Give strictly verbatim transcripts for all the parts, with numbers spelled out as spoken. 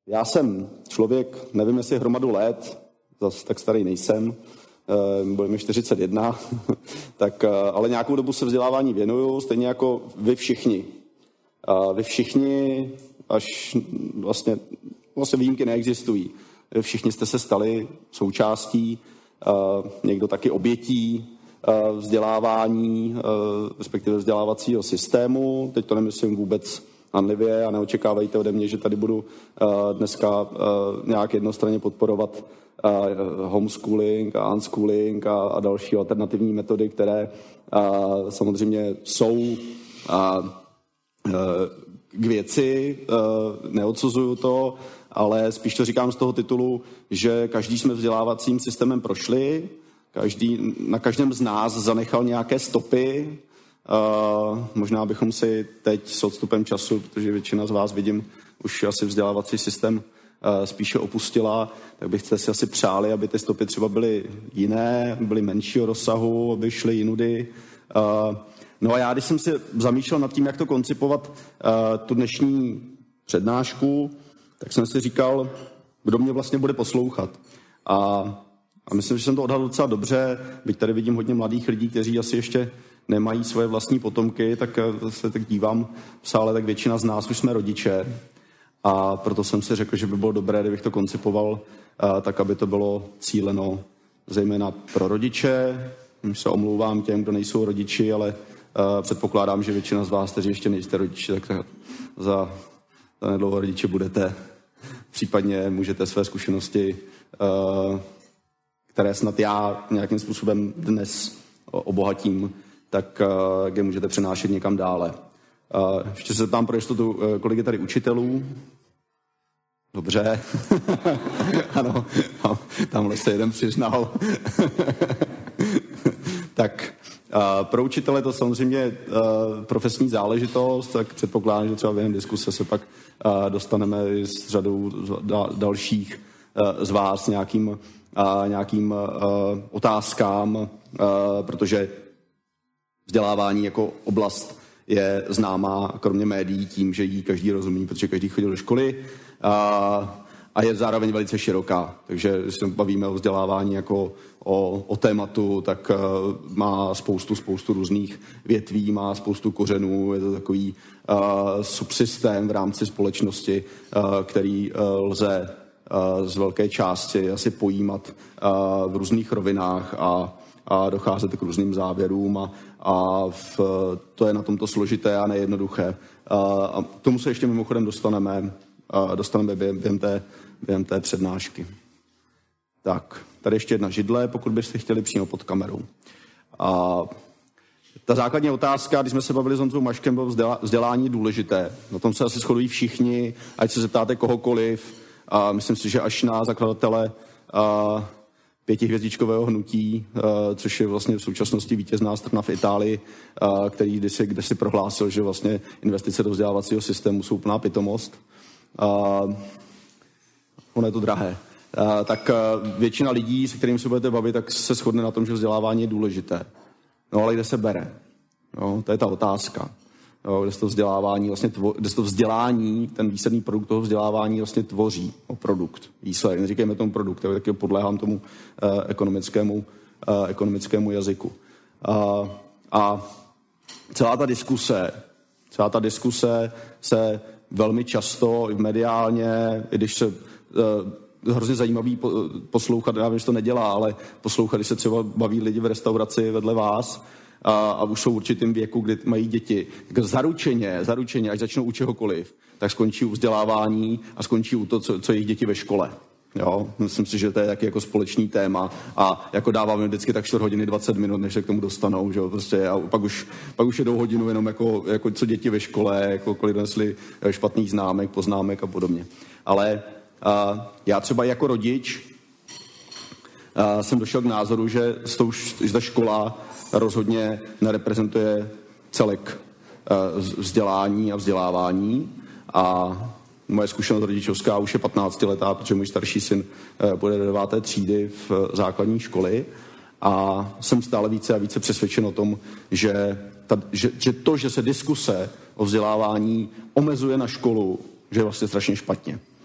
Já jsem člověk, nevím, jestli hromadu let, zase tak starý nejsem, bude mi čtyřicet jedna, tak, ale nějakou dobu se vzdělávání věnuju, stejně jako vy všichni. Vy všichni, až vlastně, vlastně výjimky neexistují. Vy všichni jste se stali součástí, někdo taky obětí vzdělávání, respektive vzdělávacího systému. Teď to nemyslím vůbec hanlivě a neočekávejte ode mě, že tady budu dneska nějak jednostranně podporovat homeschooling a unschooling a, a další alternativní metody, které samozřejmě jsou k věci, neodsuzuju to, ale spíš to říkám z toho titulu, že každý jsme vzdělávacím systémem prošli, každý, na každém z nás zanechal nějaké stopy. Uh, možná bychom si teď s odstupem času, protože většina z vás vidím, už asi vzdělávací systém uh, spíše opustila, tak byste si asi přáli, aby ty stopy třeba byly jiné, byly menšího rozsahu, aby šly jinudy. Uh, no a já, když jsem si zamýšlel nad tím, jak to koncipovat uh, tu dnešní přednášku, tak jsem si říkal, kdo mě vlastně bude poslouchat. A, a myslím, že jsem to odhadl docela dobře, byť tady vidím hodně mladých lidí, kteří asi ještě nemají svoje vlastní potomky, tak se tak dívám v sále, tak většina z nás už jsme rodiče. A proto jsem si řekl, že by bylo dobré, kdybych to koncipoval tak, aby to bylo cíleno zejména pro rodiče. Už se omlouvám těm, kdo nejsou rodiči, ale předpokládám, že většina z vás, kteří ještě nejste rodiči, tak za, za nedlouho rodiče budete. Případně můžete své zkušenosti, které snad já nějakým způsobem dnes obohatím, tak je můžete přenášet někam dále. Ještě se zeptám pro jistotu, kolik je tady učitelů? Dobře. Ano, tam, tamhle se jeden přiznal. Tak pro učitele to samozřejmě profesní záležitost, tak předpokládám, že třeba během diskuse se pak dostaneme s řadou dalších z vás nějakým, nějakým otázkám, protože vzdělávání jako oblast je známá kromě médií tím, že jí každý rozumí, protože každý chodil do školy a, a je zároveň velice široká. Takže když se bavíme o vzdělávání jako o, o tématu, tak uh, má spoustu, spoustu různých větví, má spoustu kořenů, je to takový uh, subsystém v rámci společnosti, uh, který uh, lze uh, z velké části asi pojímat uh, v různých rovinách a a docházet k různým závěrům a, a v, to je na tomto složité a nejednoduché. A, a k tomu se ještě mimochodem dostaneme, a dostaneme během, během, té, během té přednášky. Tak, tady ještě jedna židle, pokud byste chtěli přímo pod kamerou. A ta základní otázka, když jsme se bavili s Honzou Maškem, bylo vzdělá, vzdělání důležité. Na tom se asi shodují všichni, ať se zeptáte kohokoliv. A myslím si, že až na zakladatele a, pětihvězdičkového hnutí, což je vlastně v současnosti vítězná strana v Itálii, který kdysi, kdysi prohlásil, že vlastně investice do vzdělávacího systému jsou plná pitomost. Ono je to drahé. Tak většina lidí, se kterými se budete bavit, tak se shodne na tom, že vzdělávání je důležité. No ale kde se bere? No, to je ta otázka. Jo, kde se to vzdělávání, vlastně tvo, kde se to vzdělání, ten výsledný produkt toho vzdělávání vlastně tvoří o produkt. Výsledek, neříkejme tomu produkt, já taky podléhám tomu eh, ekonomickému, eh, ekonomickému jazyku. A, a celá ta diskuse, celá ta diskuse se velmi často i mediálně, i když se eh, hrozně zajímavý poslouchat, já vím, že to nedělá, ale poslouchat, když se třeba baví lidi v restauraci vedle vás, A, a už jsou v určitém věku, kdy mají děti. Tak zaručeně, zaručeně, až začnou u čehokoliv, tak skončí u vzdělávání a skončí u to, co, co jejich děti ve škole. Jo? Myslím si, že to je taky jako společný téma a jako dáváme vždycky tak čtyři hodiny dvacet minut, než se k tomu dostanou. Že? Prostě, a pak už, pak už jedou hodinu jenom jako, jako co děti ve škole, jako kolik donesli špatných známek, poznámek a podobně. Ale a, já třeba jako rodič a, jsem došel k názoru, že, že ta škola rozhodně nereprezentuje celek vzdělání a vzdělávání. A moje zkušenost rodičovská už je patnáctiletá, protože můj starší syn bude do deváté třídy v základní školy. A jsem stále více a více přesvědčen o tom, že, ta, že, že to, že se diskuse o vzdělávání omezuje na školu, že je vlastně strašně špatně.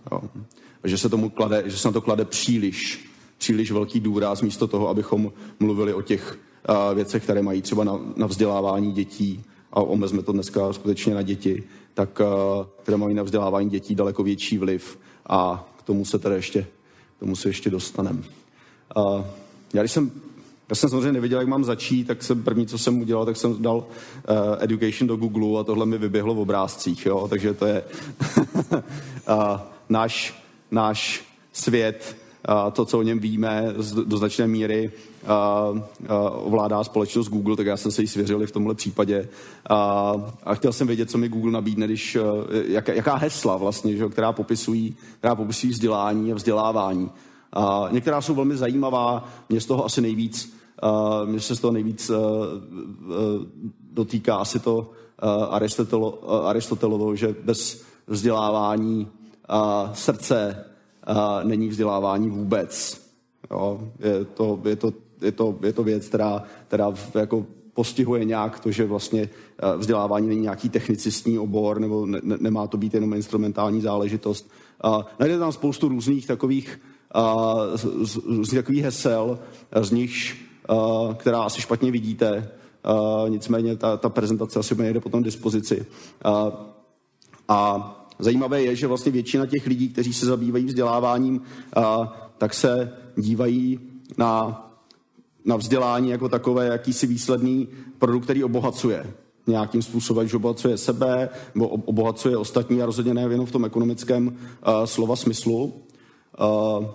Jo. Že se tomu klade, že se na to klade příliš, příliš velký důraz místo toho, abychom mluvili o těch uh, věcech, které mají třeba na, na vzdělávání dětí, a omezme to dneska skutečně na děti, tak uh, které mají na vzdělávání dětí daleko větší vliv a k tomu se tedy ještě, k tomu se ještě dostaneme. Uh, já když jsem Já jsem samozřejmě nevěděl, jak mám začít, tak jsem první, co jsem udělal, tak jsem dal uh, education do Google a tohle mi vyběhlo v obrázcích, jo, takže to je uh, náš, náš svět, uh, to, co o něm víme, do značné míry uh, uh, ovládá společnost Google, tak já jsem se jí svěřil i v tomhle případě uh, a chtěl jsem vědět, co mi Google nabídne, když, uh, jak, jaká hesla vlastně, že, která popisují, která popisují vzdělání a vzdělávání. Uh, některá jsou velmi zajímavá, mě z toho asi nejvíc, uh, mě se z toho nejvíc uh, uh, dotýká asi to uh, Aristotelo, uh, Aristotelovo, že bez vzdělávání uh, srdce uh, není vzdělávání vůbec. Jo? Je, to, je, to, je, to, je to věc, která, která v, jako postihuje nějak to, že vlastně uh, vzdělávání není nějaký technicistní obor, nebo ne, ne, nemá to být jenom instrumentální záležitost. Uh, najde tam spoustu různých takových Uh, z, z, z takových hesel, z nich, uh, která asi špatně vidíte, uh, nicméně ta, ta prezentace asi bude někde potom k dispozici. Uh, a zajímavé je, že vlastně většina těch lidí, kteří se zabývají vzděláváním, uh, tak se dívají na, na vzdělání jako takové jakýsi výsledný produkt, který obohacuje nějakým způsobem, že obohacuje sebe, nebo obohacuje ostatní a rozhodně ne jenom v tom ekonomickém uh, slova smyslu. Uh,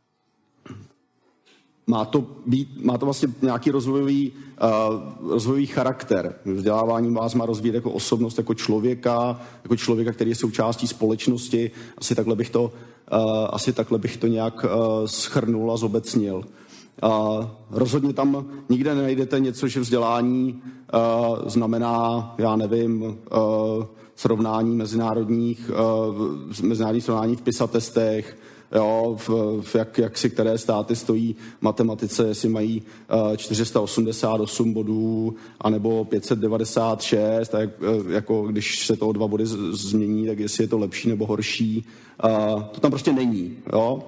Má to, být, má to vlastně nějaký rozvojový, uh, rozvojový charakter. Vzdělávání vás má rozvíjet jako osobnost, jako člověka, jako člověka, který je součástí společnosti. Asi takhle bych to, uh, asi takhle bych to nějak uh, shrnul a zobecnil. Uh, rozhodně tam nikde nenajdete něco, že vzdělání uh, znamená, já nevím, uh, srovnání mezinárodních, uh, mezinárodní srovnání v PISA testech, jo, v, v jak, jak si které státy stojí matematice, jestli mají uh, čtyři sta osmdesát osm bodů, anebo pět set devadesát šest, tak uh, jako když se to o dva body z, změní, tak jestli je to lepší nebo horší. Uh, to tam prostě není, jo.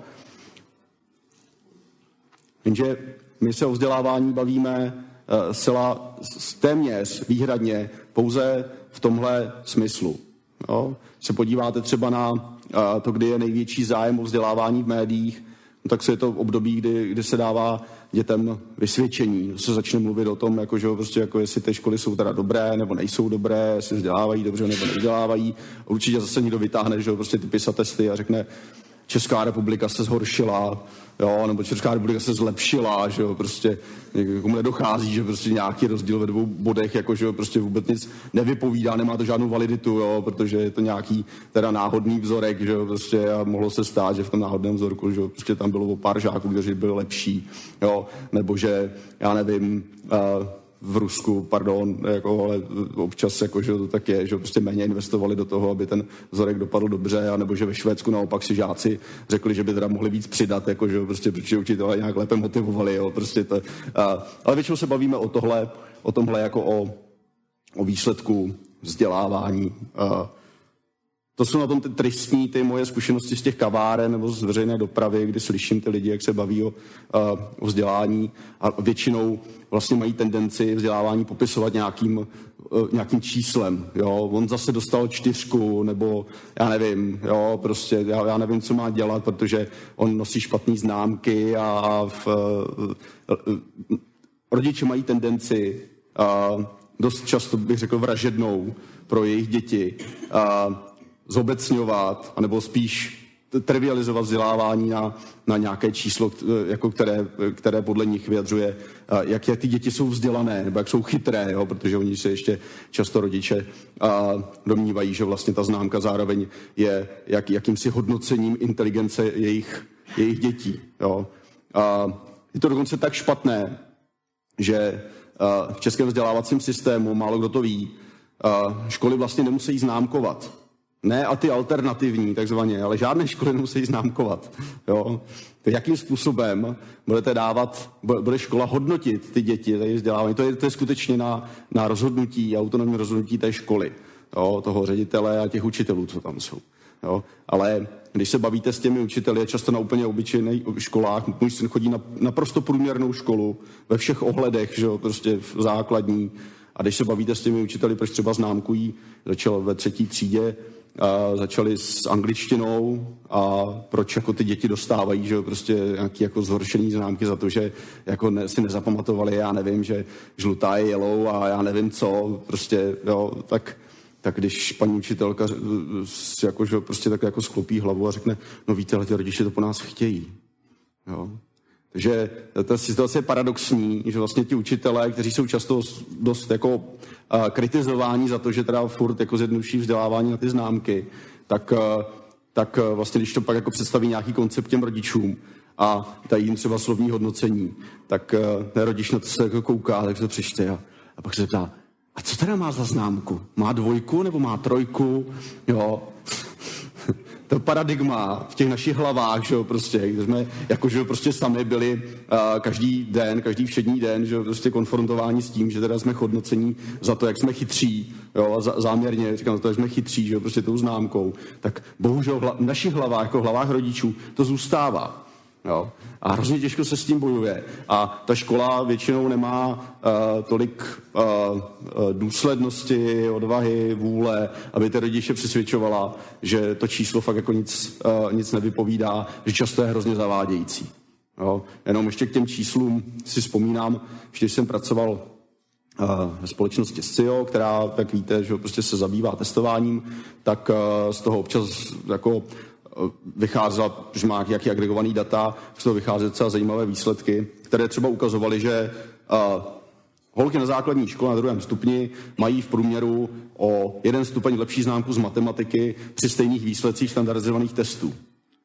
Jenže my se o vzdělávání bavíme uh, zcela téměř výhradně pouze v tomhle smyslu. Jo. Když se podíváte třeba na to, kdy je největší zájem o vzdělávání v médiích, no tak je to období, kdy, kdy se dává dětem vysvědčení. Se začne mluvit o tom, jako, že prostě, jako jestli ty školy jsou teda dobré, nebo nejsou dobré, jestli vzdělávají dobře, nebo nevzdělávají. Určitě zase někdo vytáhne, že prostě ty PISA testy a řekne, Česká republika se zhoršila, jo, nebo Česká republika se zlepšila, že jo, prostě komu nedochází, že prostě nějaký rozdíl ve dvou bodech, jako že jo, prostě vůbec nic nevypovídá, nemá to žádnou validitu, jo, protože je to nějaký teda náhodný vzorek, že jo, prostě a mohlo se stát, že v tom náhodném vzorku, že jo, prostě tam bylo o pár žáků, kteří byli lepší, jo, nebo že, já nevím, uh, v Rusku, pardon, jako, ale občas jako, že to tak je, že prostě méně investovali do toho, aby ten vzorek dopadl dobře, anebo že ve Švédsku naopak si žáci řekli, že by teda mohli víc přidat, jako, že prostě, protože učitelé nějak lépe motivovali, jo, prostě to, a, ale většinou se bavíme o tohle, o tomhle jako o, o výsledku vzdělávání. A, to jsou na tom ty tristní, ty moje zkušenosti z těch kaváren nebo z veřejné dopravy, kdy slyším ty lidi, jak se baví o, o vzdělání a většinou vlastně mají tendenci vzdělávání popisovat nějakým, nějakým číslem. Jo? On zase dostal čtyřku, nebo já nevím, jo, prostě já, já nevím, co má dělat, protože on nosí špatné známky a v, rodiče mají tendenci a dost často bych řekl vražednou pro jejich děti a zobecňovat, anebo spíš trivializovat vzdělávání na, na nějaké číslo, jako které, které podle nich vyjadřuje, jak, jak ty děti jsou vzdělané, nebo jak jsou chytré, jo, protože oni se ještě často rodiče a, domnívají, že vlastně ta známka zároveň je jak, jakýmsi hodnocením inteligence jejich, jejich dětí. Jo. A je to dokonce tak špatné, že a, v českém vzdělávacím systému, málo kdo to ví, a, školy vlastně nemusí známkovat. Ne a ty alternativní, takzvaně, ale žádné školy nemusí známkovat. Jo? Jakým způsobem budete dávat, bude škola hodnotit ty děti, tady vzdělávání, to je, to je skutečně na, na rozhodnutí, autonomní rozhodnutí té školy, jo? Toho ředitele a těch učitelů, co tam jsou. Jo? Ale když se bavíte s těmi učiteli, často na úplně obyčejných školách, můj syn chodí na naprosto průměrnou školu, ve všech ohledech, že jo, prostě v základní. A když se bavíte s těmi učiteli, proč třeba známkují, začal ve třetí třídě, a začali s angličtinou a proč jako ty děti dostávají, že jo, prostě nějaký jako zhoršený známky za to, že jako ne, si nezapamatovali, já nevím, že žlutá je yellow a já nevím co, prostě, jo, tak, tak když paní učitelka jako, že prostě tak jako sklopí hlavu a řekne, no víte, ale ty rodiče to po nás chtějí, jo. Takže ta situace je paradoxní, že vlastně ti učitelé, kteří jsou často dost jako uh, kritizováni za to, že teda furt jako zjednoduší vzdělávání na ty známky, tak, uh, tak uh, vlastně když to pak jako představí nějaký koncept těm rodičům a dají jim třeba slovní hodnocení, tak uh, ten rodič na to se jako kouká, tak se to přečte a, a pak se zeptá, a co teda má za známku? Má dvojku nebo má trojku? Jo. To paradigma v těch našich hlavách, že jo, prostě, kde jsme jako, že jo, prostě sami byli uh, každý den, každý všední den, že jo, prostě konfrontováni s tím, že teda jsme hodnocení za to, jak jsme chytří, jo, a za, záměrně říkám za to, jak jsme chytří, že jo, prostě tou známkou, tak bohužel hla, v našich hlavách, jako v hlavách rodičů, to zůstává. Jo. A hrozně těžko se s tím bojuje. A ta škola většinou nemá uh, tolik uh, uh, důslednosti, odvahy, vůle, aby ty rodiče přesvědčovala, že to číslo fakt jako nic, uh, nic nevypovídá, že často je hrozně zavádějící. Jo. Jenom ještě k těm číslům si vzpomínám, když jsem pracoval uh, ve společnosti S C I O, která, jak víte, že prostě se zabývá testováním, tak uh, z toho občas jako vycházela, že má jaký agregovaný data, z toho vychází docela zajímavé výsledky, které třeba ukazovaly, že uh, holky na základní škole na druhém stupni mají v průměru o jeden stupeň lepší známku z matematiky při stejných výsledcích standardizovaných testů.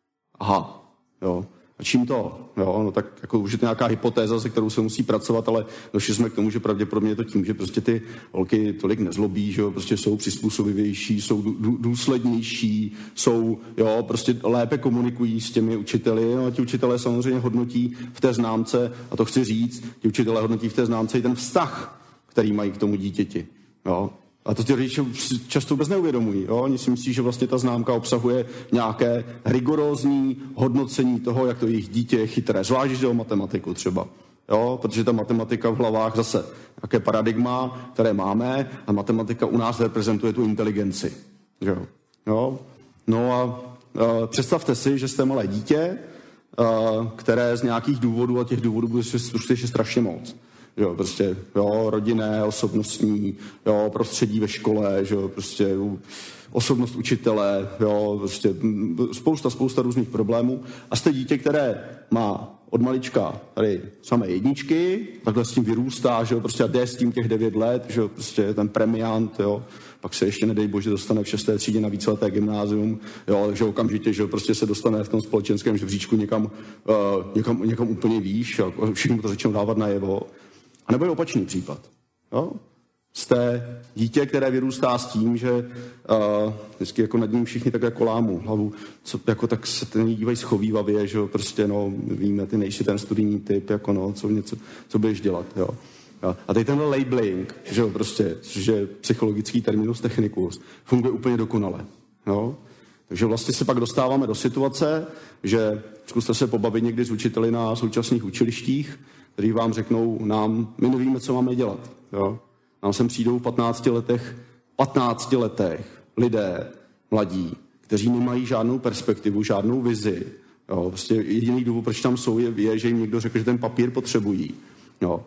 Aha, jo. A čím to? Jo, no tak jako už je to nějaká hypotéza, se kterou se musí pracovat, ale došli jsme k tomu, že pravděpodobně je to tím, že prostě ty holky tolik nezlobí, že jo, prostě jsou přizpůsobivější, jsou důslednější, jsou, jo, prostě lépe komunikují s těmi učiteli, no a ti učitelé samozřejmě hodnotí v té známce, a to chci říct, ti učitelé hodnotí v té známce i ten vztah, který mají k tomu dítěti, jo. A to ty rodiče často vůbec neuvědomují. Jo? Oni si myslí, že vlastně ta známka obsahuje nějaké rigorózní hodnocení toho, jak to jejich dítě je chytré. Zvlášť, že o matematiku třeba. Jo? Protože ta matematika v hlavách zase nějaké paradigma, které máme, a matematika u nás reprezentuje tu inteligenci. Jo? Jo? No a, a představte si, že jste malé dítě, a, které z nějakých důvodů, a těch důvodů bude ještě strašně moc. Jo, prostě, jo, rodinné, osobnostní, jo, prostředí ve škole, že jo, prostě osobnost učitele, jo, prostě spousta, spousta různých problémů. A jste dítě, které má od malička tady samé jedničky, takhle s tím vyrůstá, že jo, prostě a jde s tím těch devět let, že jo, prostě ten premiant, jo, pak se ještě, nedej bože, dostane v šesté třídě na víceleté gymnázium, jo, takže okamžitě, že jo, prostě se dostane v tom společenském žebříčku někam, uh, někam, někam úplně výš, a všichni to začnou dávat najevo. A nebo je opačný případ. Jo? Jste dítě, které vyrůstá s tím, že uh, vždycky jako nad ním všichni tak jako lámou hlavu, co, jako tak se ten dívají schovívavě, že jo, prostě no, víme, ty nejsi ten studijní typ, jako no, co, něco, co budeš dělat, jo. Jo? A tady tenhle labeling, že jo, prostě, což je psychologický terminus technicus, funguje úplně dokonale, jo. Takže vlastně se pak dostáváme do situace, že zkuste se pobavit někdy s učiteli na současných učilištích, kteří vám řeknou, nám, my nevíme, co máme dělat. Jo? Nám sem přijdou v patnácti letech, patnácti letech lidé, mladí, kteří nemají žádnou perspektivu, žádnou vizi. Jo? Prostě jediný důvod, proč tam jsou, je, je, že jim někdo řekl, že ten papír potřebují. Jo?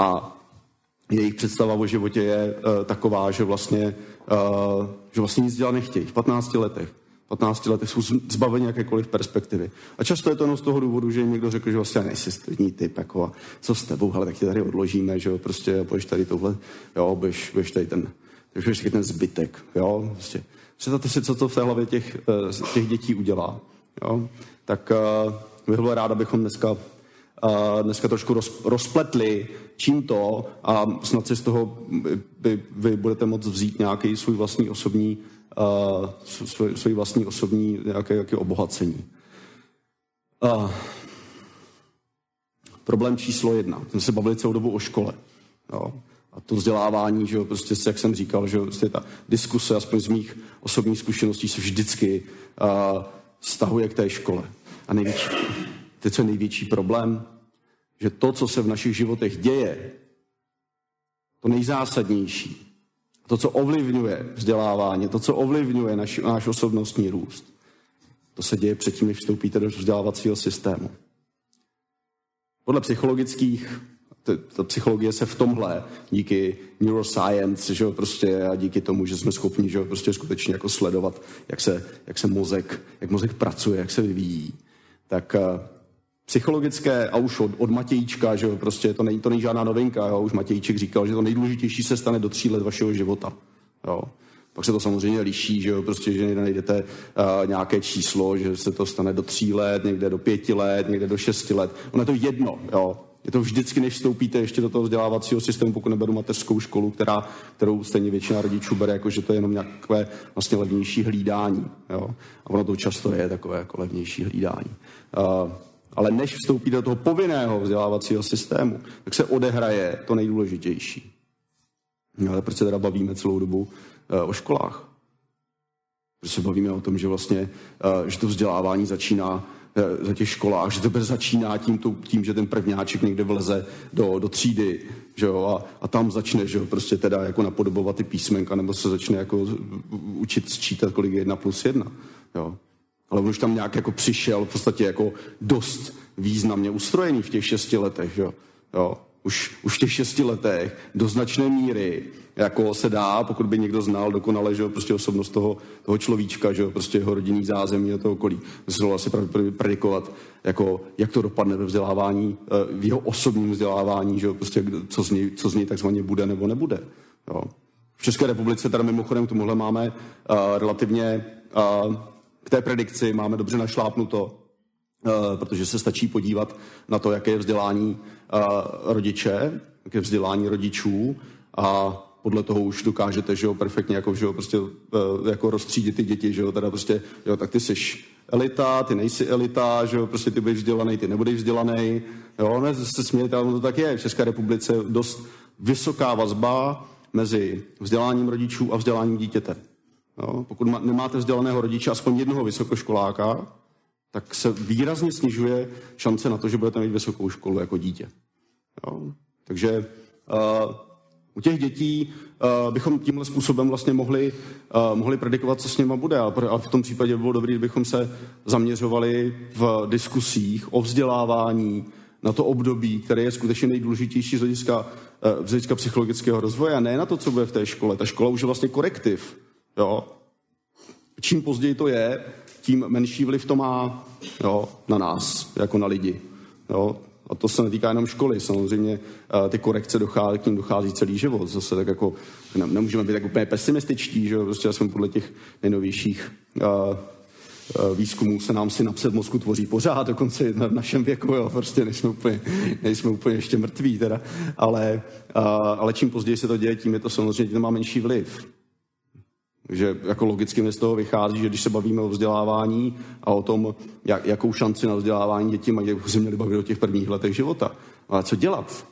A jejich představa o životě je uh, taková, že vlastně, uh, že vlastně nic dělat nechtějí v patnácti letech. V patnácti letech jsou zbaveni jakékoliv perspektivy. A často je to jenom z toho důvodu, že jim někdo řekl, že vlastně nejsi střední typ, jako a co s tebou, hele, tak tě tady odložíme, že jo, prostě budeš tady tohle, jo, budeš, budeš tady ten, budeš tady ten zbytek, jo, prostě. Představte si, co to v té hlavě těch, těch dětí udělá, jo. Tak uh, bych byl rád, abychom dneska, uh, dneska trošku roz, rozpletli, čím to, a snad si z toho vy, vy budete moct vzít nějaký svůj vlastní osobní Uh, svůj, svůj vlastní osobní nějaké, nějaké obohacení. Uh, problém číslo jedna. Jsme se bavili celou dobu o škole. Jo. A to vzdělávání, že jo, prostě, jak jsem říkal, že jo, prostě ta diskuse, aspoň z mých osobních zkušeností, se vždycky uh, stahuje k té škole. A největší, to, co je největší problém, že to, co se v našich životech děje, to nejzásadnější, to, co ovlivňuje vzdělávání, to, co ovlivňuje naš, náš osobnostní růst, to se děje předtím, než vstoupíte do vzdělávacího systému. Podle psychologických, ta psychologie se v tomhle, díky neuroscience, že jo, prostě a díky tomu, že jsme schopni, že jo, prostě skutečně jako sledovat, jak se, jak se mozek, jak mozek pracuje, jak se vyvíjí, tak uh, psychologické, a už od, od Matějíčka, že jo, prostě to není, to není žádná novinka, jo, už Matějíček říkal, že to nejdůležitější se stane do tří let vašeho života, jo. Pak se to samozřejmě liší, že jo, prostě, že najdete uh, nějaké číslo, že se to stane do tří let, někde do pěti let, někde do šesti let. Ono je to jedno, jo. Je to vždycky, než vstoupíte ještě do toho vzdělávacího systému, pokud neberu mateřskou školu, která, kterou stejně většina rodičů bere, jako že to je jenom nějaké vlastně levnější hlídání, jo. A ono to často je takové jako levnější hlídání. Uh, ale než vstoupíte do toho povinného vzdělávacího systému, tak se odehraje to nejdůležitější. Ale proč se teda bavíme celou dobu o školách? Protože se bavíme o tom, že vlastně, že to vzdělávání začíná za těch školách, že to začíná tím, tím, že ten prvňáček někde vleze do, do třídy, že jo, a, a tam začne, že jo, prostě teda jako napodobovat ty písmenka, nebo se začne jako učit sčítat, kolik je jedna plus jedna, jo. Ale on už tam nějak jako přišel v podstatě jako dost významně ustrojený v těch šesti letech, že jo, jo. Už, už v těch šesti letech do značné míry jako se dá, pokud by někdo znal dokonale, že jo, prostě osobnost toho, toho človíčka, že jo, prostě jeho rodinný zázemí a toho okolí. Se dalo asi predikovat, jako, jak to dopadne ve vzdělávání, v jeho osobním vzdělávání, že jo, prostě co z něj, co z něj takzvaně bude nebo nebude. Jo. V České republice teda mimochodem k tomuhle máme uh, relativně uh, k té predikci máme dobře našlápnuto, Uh, protože se stačí podívat na to, jaké je vzdělání uh, rodiče, jaké je vzdělání rodičů a podle toho už dokážete, že jo, perfektně jako, že jo, prostě, uh, jako rozstřídit ty děti, že jo, teda prostě, jo, tak ty jsi elita, ty nejsi elita, že jo, prostě ty budeš vzdělaný, ty nebudeš vzdělaný, jo, ne, se smějete, ale to tak je. V České republice je dost vysoká vazba mezi vzděláním rodičů a vzděláním dítěte. Jo, pokud ma, nemáte vzdělaného rodiče, aspoň jednoho vysokoškoláka, tak se výrazně snižuje šance na to, že budete mít vysokou školu jako dítě. Jo? Takže uh, u těch dětí uh, bychom tímhle způsobem vlastně mohli, uh, mohli predikovat, co s nima bude. A v tom případě by bylo dobré, kdybychom se zaměřovali v diskusích o vzdělávání na to období, které je skutečně nejdůležitější z hlediska, uh, z hlediska psychologického rozvoje, a ne na to, co bude v té škole. Ta škola už je vlastně korektiv. Jo? Čím později to je, tím menší vliv to má, jo, na nás, jako na lidi. Jo. A to se netýká jenom školy. Samozřejmě ty korekce dochází, k ním dochází celý život. Zase tak jako, ne, nemůžeme být tak úplně pesimističtí, že jo, prostě jsme podle těch nejnovějších uh, uh, výzkumů se nám synapse v mozku tvoří pořád, dokonce v našem věku, jo, prostě nejsme úplně, nejsme úplně ještě mrtví teda. Ale, uh, ale čím později se to děje, tím je to samozřejmě, tím má menší vliv. Takže jako logicky z toho vychází, že když se bavíme o vzdělávání a o tom, jak, jakou šanci na vzdělávání dětí mají, jak se měli bavit o těch prvních letech života. Ale co dělat?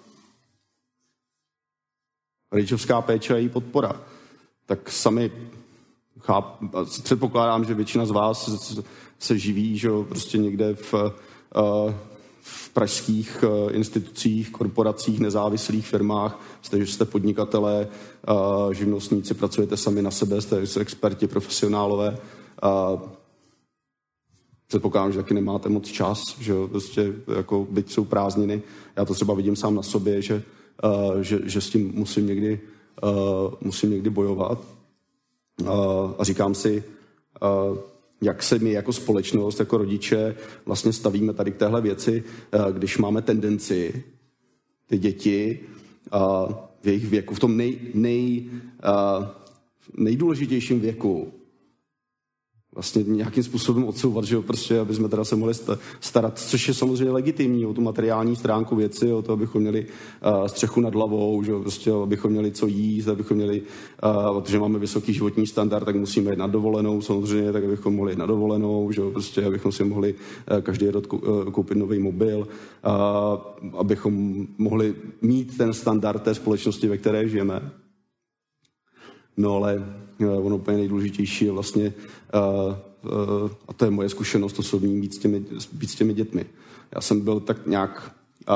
Rodičovská péče a její podpora. Tak sami cháp, předpokládám, že většina z vás se živí, že prostě někde v, v pražských institucích, korporacích, nezávislých firmách, jste, jste podnikatelé, živnostníci, pracujete sami na sebe, jste experti, profesionálové. Předpokládám, že taky nemáte moc čas, že prostě jako byť jsou prázdniny. Já to třeba vidím sám na sobě, že, že, že s tím musím někdy, musím někdy bojovat. A říkám si, jak se my jako společnost, jako rodiče vlastně stavíme tady k téhle věci, když máme tendenci ty děti v jejich věku, v tom nej, nej, nejdůležitějším věku vlastně nějakým způsobem odsouvat, že jo, prostě, aby jsme teda se mohli starat, což je samozřejmě legitimní, o tu materiální stránku věci, o to, abychom měli uh, střechu nad hlavou, že jo, prostě, abychom měli co jíst, abychom měli, uh, protože máme vysoký životní standard, tak musíme jít na dovolenou, samozřejmě, tak abychom mohli jít na dovolenou, že jo, prostě, abychom si mohli uh, každý rok uh, koupit nový mobil, uh, abychom mohli mít ten standard té společnosti, ve které žijeme. No ale ono úplně nejdůležitější je vlastně uh, a to je moje zkušenost osobní, být s těmi, být s těmi dětmi. Já jsem byl tak nějak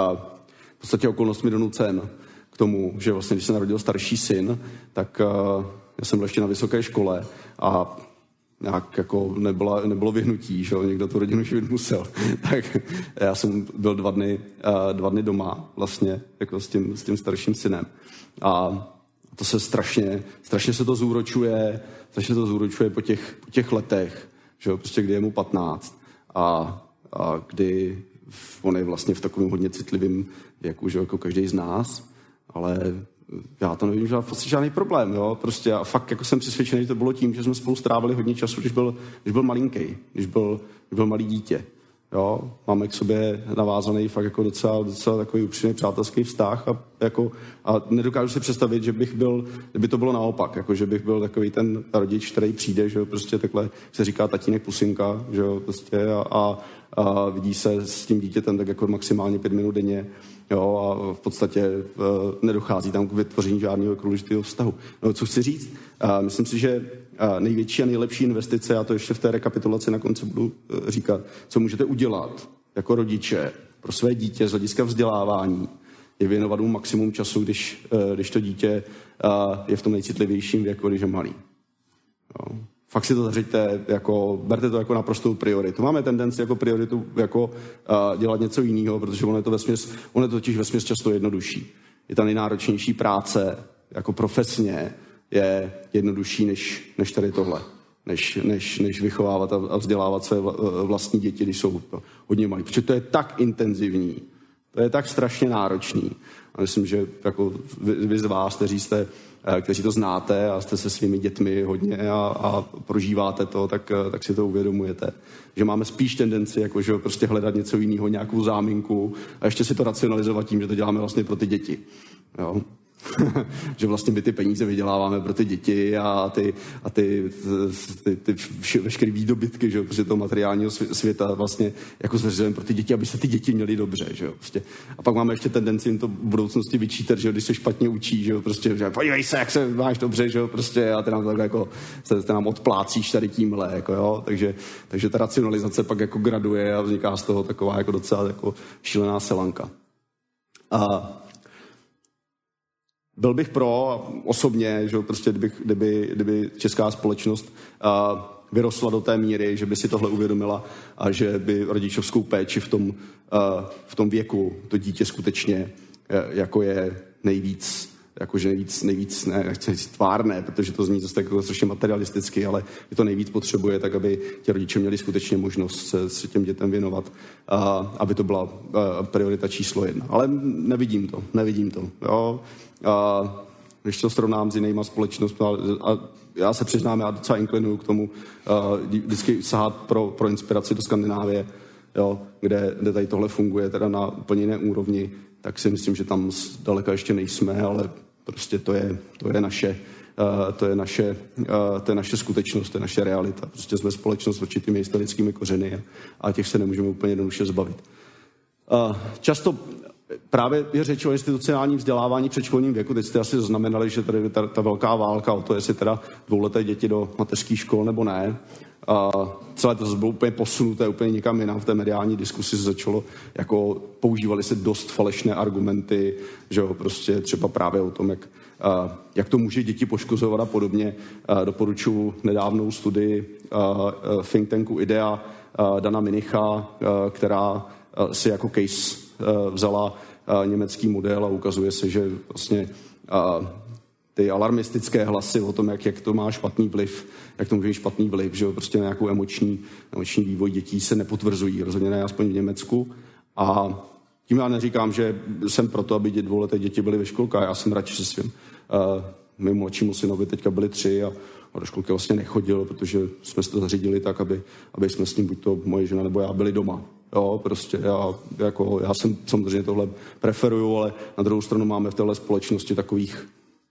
v podstatě okolnostmi donucen k tomu, že vlastně, když se narodil starší syn, tak já jsem byl ještě na vysoké škole a nějak jako nebylo, nebylo vyhnutí, že někdo tu rodinu živit musel. Tak já jsem byl dva dny, dva dny doma vlastně jako s tím, s tím starším synem. A to se strašně, strašně se to zúročuje, strašně se to zúročuje po těch, po těch letech, že prostě kdy je mu patnáct a, a kdy on je vlastně v takovém hodně citlivém věku, že jako každý z nás, ale já to nevím, že má vlastně žádný problém, jo, prostě a fakt jako jsem přesvědčený, že to bylo tím, že jsme spolu strávili hodně času, když byl, když byl malinký, když byl, když byl malý dítě, jo, máme k sobě navázaný fakt jako docela, docela takový upřímný přátelský vztah a jako, a nedokážu si představit, že bych byl, kdyby to bylo naopak, jako, že bych byl takový ten rodič, který přijde, že jo, prostě takhle se říká tatínek pusinka, že jo, prostě a, a, a vidí se s tím dítětem tak jako maximálně pět minut denně, jo, a v podstatě uh, nedochází tam k vytvoření žádného důležitého vztahu. No, co chci říct? Uh, myslím si, že uh, největší a nejlepší investice, já to ještě v té rekapitulaci na konci budu uh, říkat, co můžete udělat jako rodiče pro své dítě z hlediska vzdělávání, je věnovat mu maximum času, když, uh, když to dítě uh, je v tom nejcitlivějším věku, když je malý. Jo. Fakt si to zařiďte, jako, berte to jako naprostou prioritu. Máme tendenci jako prioritu jako, uh, dělat něco jiného, protože ono je to vesměs, ono je to totiž vesměs často jednodušší. Je ta nejnáročnější práce, jako profesně, je jednodušší než, než tady tohle. Než, než, než vychovávat a, a vzdělávat své vlastní děti, když jsou hodně malí. Protože to je tak intenzivní, to je tak strašně náročný. A myslím, že jako vy, vy z vás, kteří jste kteří to znáte a jste se svými dětmi hodně a, a prožíváte to, tak, tak si to uvědomujete. Že máme spíš tendenci jako, že prostě hledat něco jiného, nějakou záminku a ještě si to racionalizovat tím, že to děláme vlastně pro ty děti. Jo? Že vlastně my ty peníze vyděláváme pro ty děti a ty, a ty, ty, ty, ty veškeré výdobytky, že jo, prostě toho materiálního světa vlastně jako zřizujeme pro ty děti, aby se ty děti měly dobře, že jo, prostě. A pak máme ještě tendenci jim to v budoucnosti vyčítat, že jo, když se špatně učí, že jo, prostě, že podívej se, jak se máš dobře, že jo, prostě a ty nám tak jako, se, ty nám odplácíš tady tímhle, jako jo, takže, takže ta racionalizace pak jako graduje a vzniká z toho taková jako docela jako šílená selanka. A byl bych pro osobně, že prostě kdyby, kdyby, kdyby česká společnost uh, vyrostla do té míry, že by si tohle uvědomila a že by rodičovskou péči v tom, uh, v tom věku to dítě skutečně uh, jako je nejvíc, jakože nejvíc, nejvíc ne, nechci říct tvárné, protože to zní zase jako strašně materialisticky, ale je to nejvíc potřebuje, tak aby ti rodiče měli skutečně možnost se, se těm dětem věnovat, uh, aby to byla uh, priorita číslo jedna. Ale nevidím to, nevidím to, jo. A když to srovnám s jinýma společnostmi, a já se přiznám, já docela inklinuju k tomu uh, vždycky sahat pro, pro inspiraci do Skandinávie, jo, kde, kde tady tohle funguje teda na úplně jiné úrovni, tak si myslím, že tam daleka ještě nejsme, ale prostě to je, to je naše uh, to je naše, uh, to je naše skutečnost, to je naše realita. Prostě jsme společnost s určitými historickými kořeny a, a těch se nemůžeme úplně jednoduše zbavit. Uh, často právě je řeč o institucionálním vzdělávání v předškolním věku. Teď jste asi zaznamenali, že tady ta, ta velká válka o to, jestli teda dvouleté děti do mateřských škol nebo ne. A celé to bylo úplně posunuté, úplně někam jinam. V té mediální diskusi se začalo, jako používali se dost falešné argumenty, že jo, prostě třeba právě o tom, jak, a, jak to může děti poškozovat a podobně. A doporučuji nedávnou studii a, a think tanku IDEA a Dana Minicha, a, která a, si jako case vzala německý model a ukazuje se, že vlastně ty alarmistické hlasy o tom, jak, jak to má špatný vliv, jak to může mít špatný vliv, že jo, prostě na nějakou emoční, emoční vývoj dětí se nepotvrzují, rozhodně ne aspoň v Německu. A tím já neříkám, že jsem proto, aby dvě dvouleté děti byly ve školkách, já jsem radši se svým. Mým mladšímu synovi teďka byli tři a, a do školky vlastně nechodil, protože jsme se to zařídili tak, aby, aby jsme s ním, buď to moje žena nebo já, byli doma. Jo, prostě já, jako, já jsem samozřejmě tohle preferuju, ale na druhou stranu máme v téhle společnosti takových,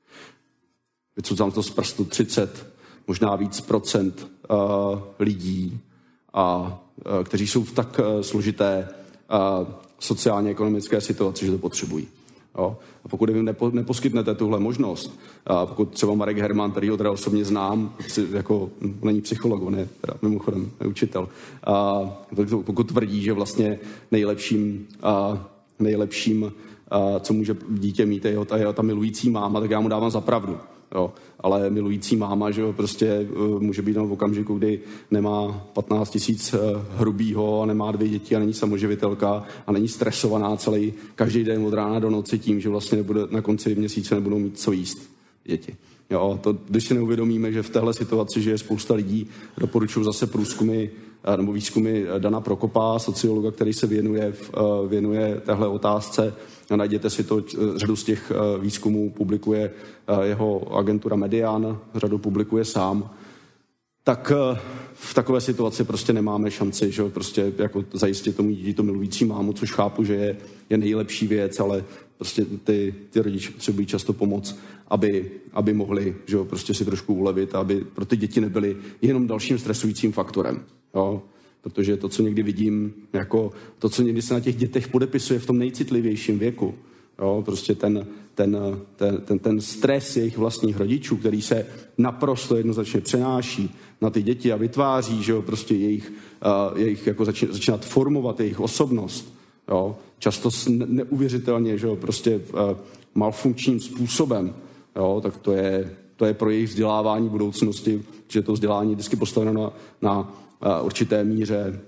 vycucám to z prstu, třicet, možná víc procent uh, lidí, a, uh, kteří jsou v tak uh, složité uh, sociálně-ekonomické situaci, že to potřebují. Jo? A pokud vy nepo, neposkytnete tuhle možnost, a pokud třeba Marek Herman, který ho teda osobně znám, jako není psycholog, on je teda mimochodem je učitel, a pokud tvrdí, že vlastně nejlepším, a nejlepším a co může dítě mít, je ta, ta milující máma, tak já mu dávám za pravdu. Jo. Ale milující máma, že jo, prostě uh, může být v okamžiku, kdy nemá patnáct tisíc uh, hrubýho a nemá dvě děti a není samoživitelka a není stresovaná celý každý den od rána do noci tím, že vlastně nebude, na konci měsíce nebudou mít co jíst děti. Jo, to, když si neuvědomíme, že v téhle situaci, že je spousta lidí, doporučuji zase průzkumy nebo výzkumy Dana Prokopa, sociologa, který se věnuje, věnuje téhle otázce. Najděte si to, řadu z těch výzkumů publikuje jeho agentura Median, řadu publikuje sám. Tak v takové situaci prostě nemáme šanci, že prostě jako zajistit tomu dítě to milující mámu, což chápu, že je, je nejlepší věc, ale prostě ty, ty rodiče potřebují často pomoc, aby, aby mohli, že jo, prostě si trošku ulevit, aby pro ty děti nebyly jenom dalším stresujícím faktorem. Jo? Protože to, co někdy vidím, jako to, co někdy se na těch dětech podepisuje v tom nejcitlivějším věku, jo? Prostě ten, ten, ten, ten, ten stres jejich vlastních rodičů, který se naprosto jednoznačně přenáší na ty děti a vytváří, že jo, prostě jejich, uh, jejich jako začín, začínat formovat jejich osobnost, jo? Často neuvěřitelně, že jo, prostě uh, malfunkčním způsobem, jo? Tak to je, to je pro jejich vzdělávání budoucnosti, že to vzdělání je vždycky postaveno na, na uh, určité míře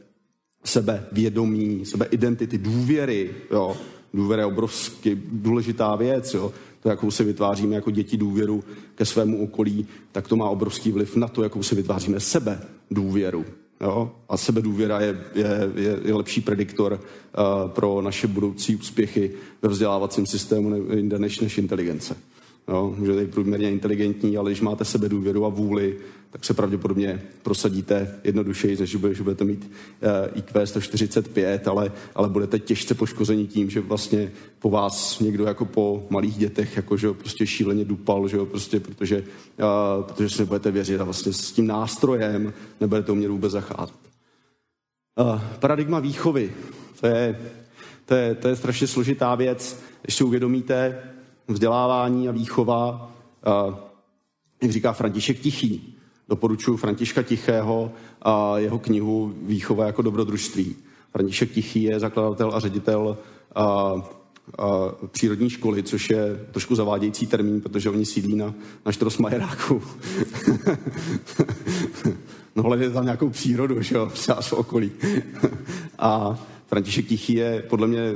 sebevědomí, sebeidentity, důvěry, jo? Důvěra je obrovsky důležitá věc, jo? To, jakou si vytváříme jako děti důvěru ke svému okolí, tak to má obrovský vliv na to, jakou si vytváříme sebe důvěru. Jo? A sebedůvěra je, je, je, je lepší prediktor uh, pro naše budoucí úspěchy ve vzdělávacím systému jinde než, než inteligence. Jo? Můžete být průměrně inteligentní, ale když máte sebedůvěru a vůli, tak se pravděpodobně prosadíte jednodušeji, než že budete mít uh, í kvé sto čtyřicet pět, ale, ale budete těžce poškození tím, že vlastně po vás někdo jako po malých dětech jako, že prostě šíleně dupal, že jo, prostě protože, uh, protože si nebudete věřit a vlastně s tím nástrojem nebudete umět vůbec zacházet. Uh, paradigma výchovy, to je, to, je, to je strašně složitá věc, když si uvědomíte vzdělávání a výchova, uh, jak říká František Tichý. Doporučuji Františka Tichého a jeho knihu Výchova jako dobrodružství. František Tichý je zakladatel a ředitel a, a přírodní školy, což je trošku zavádějící termín, protože oni sídlí na, na Štrosmajeráku. No hledajte tam nějakou přírodu, že jo, třeba v okolí. A František Tichý je podle mě,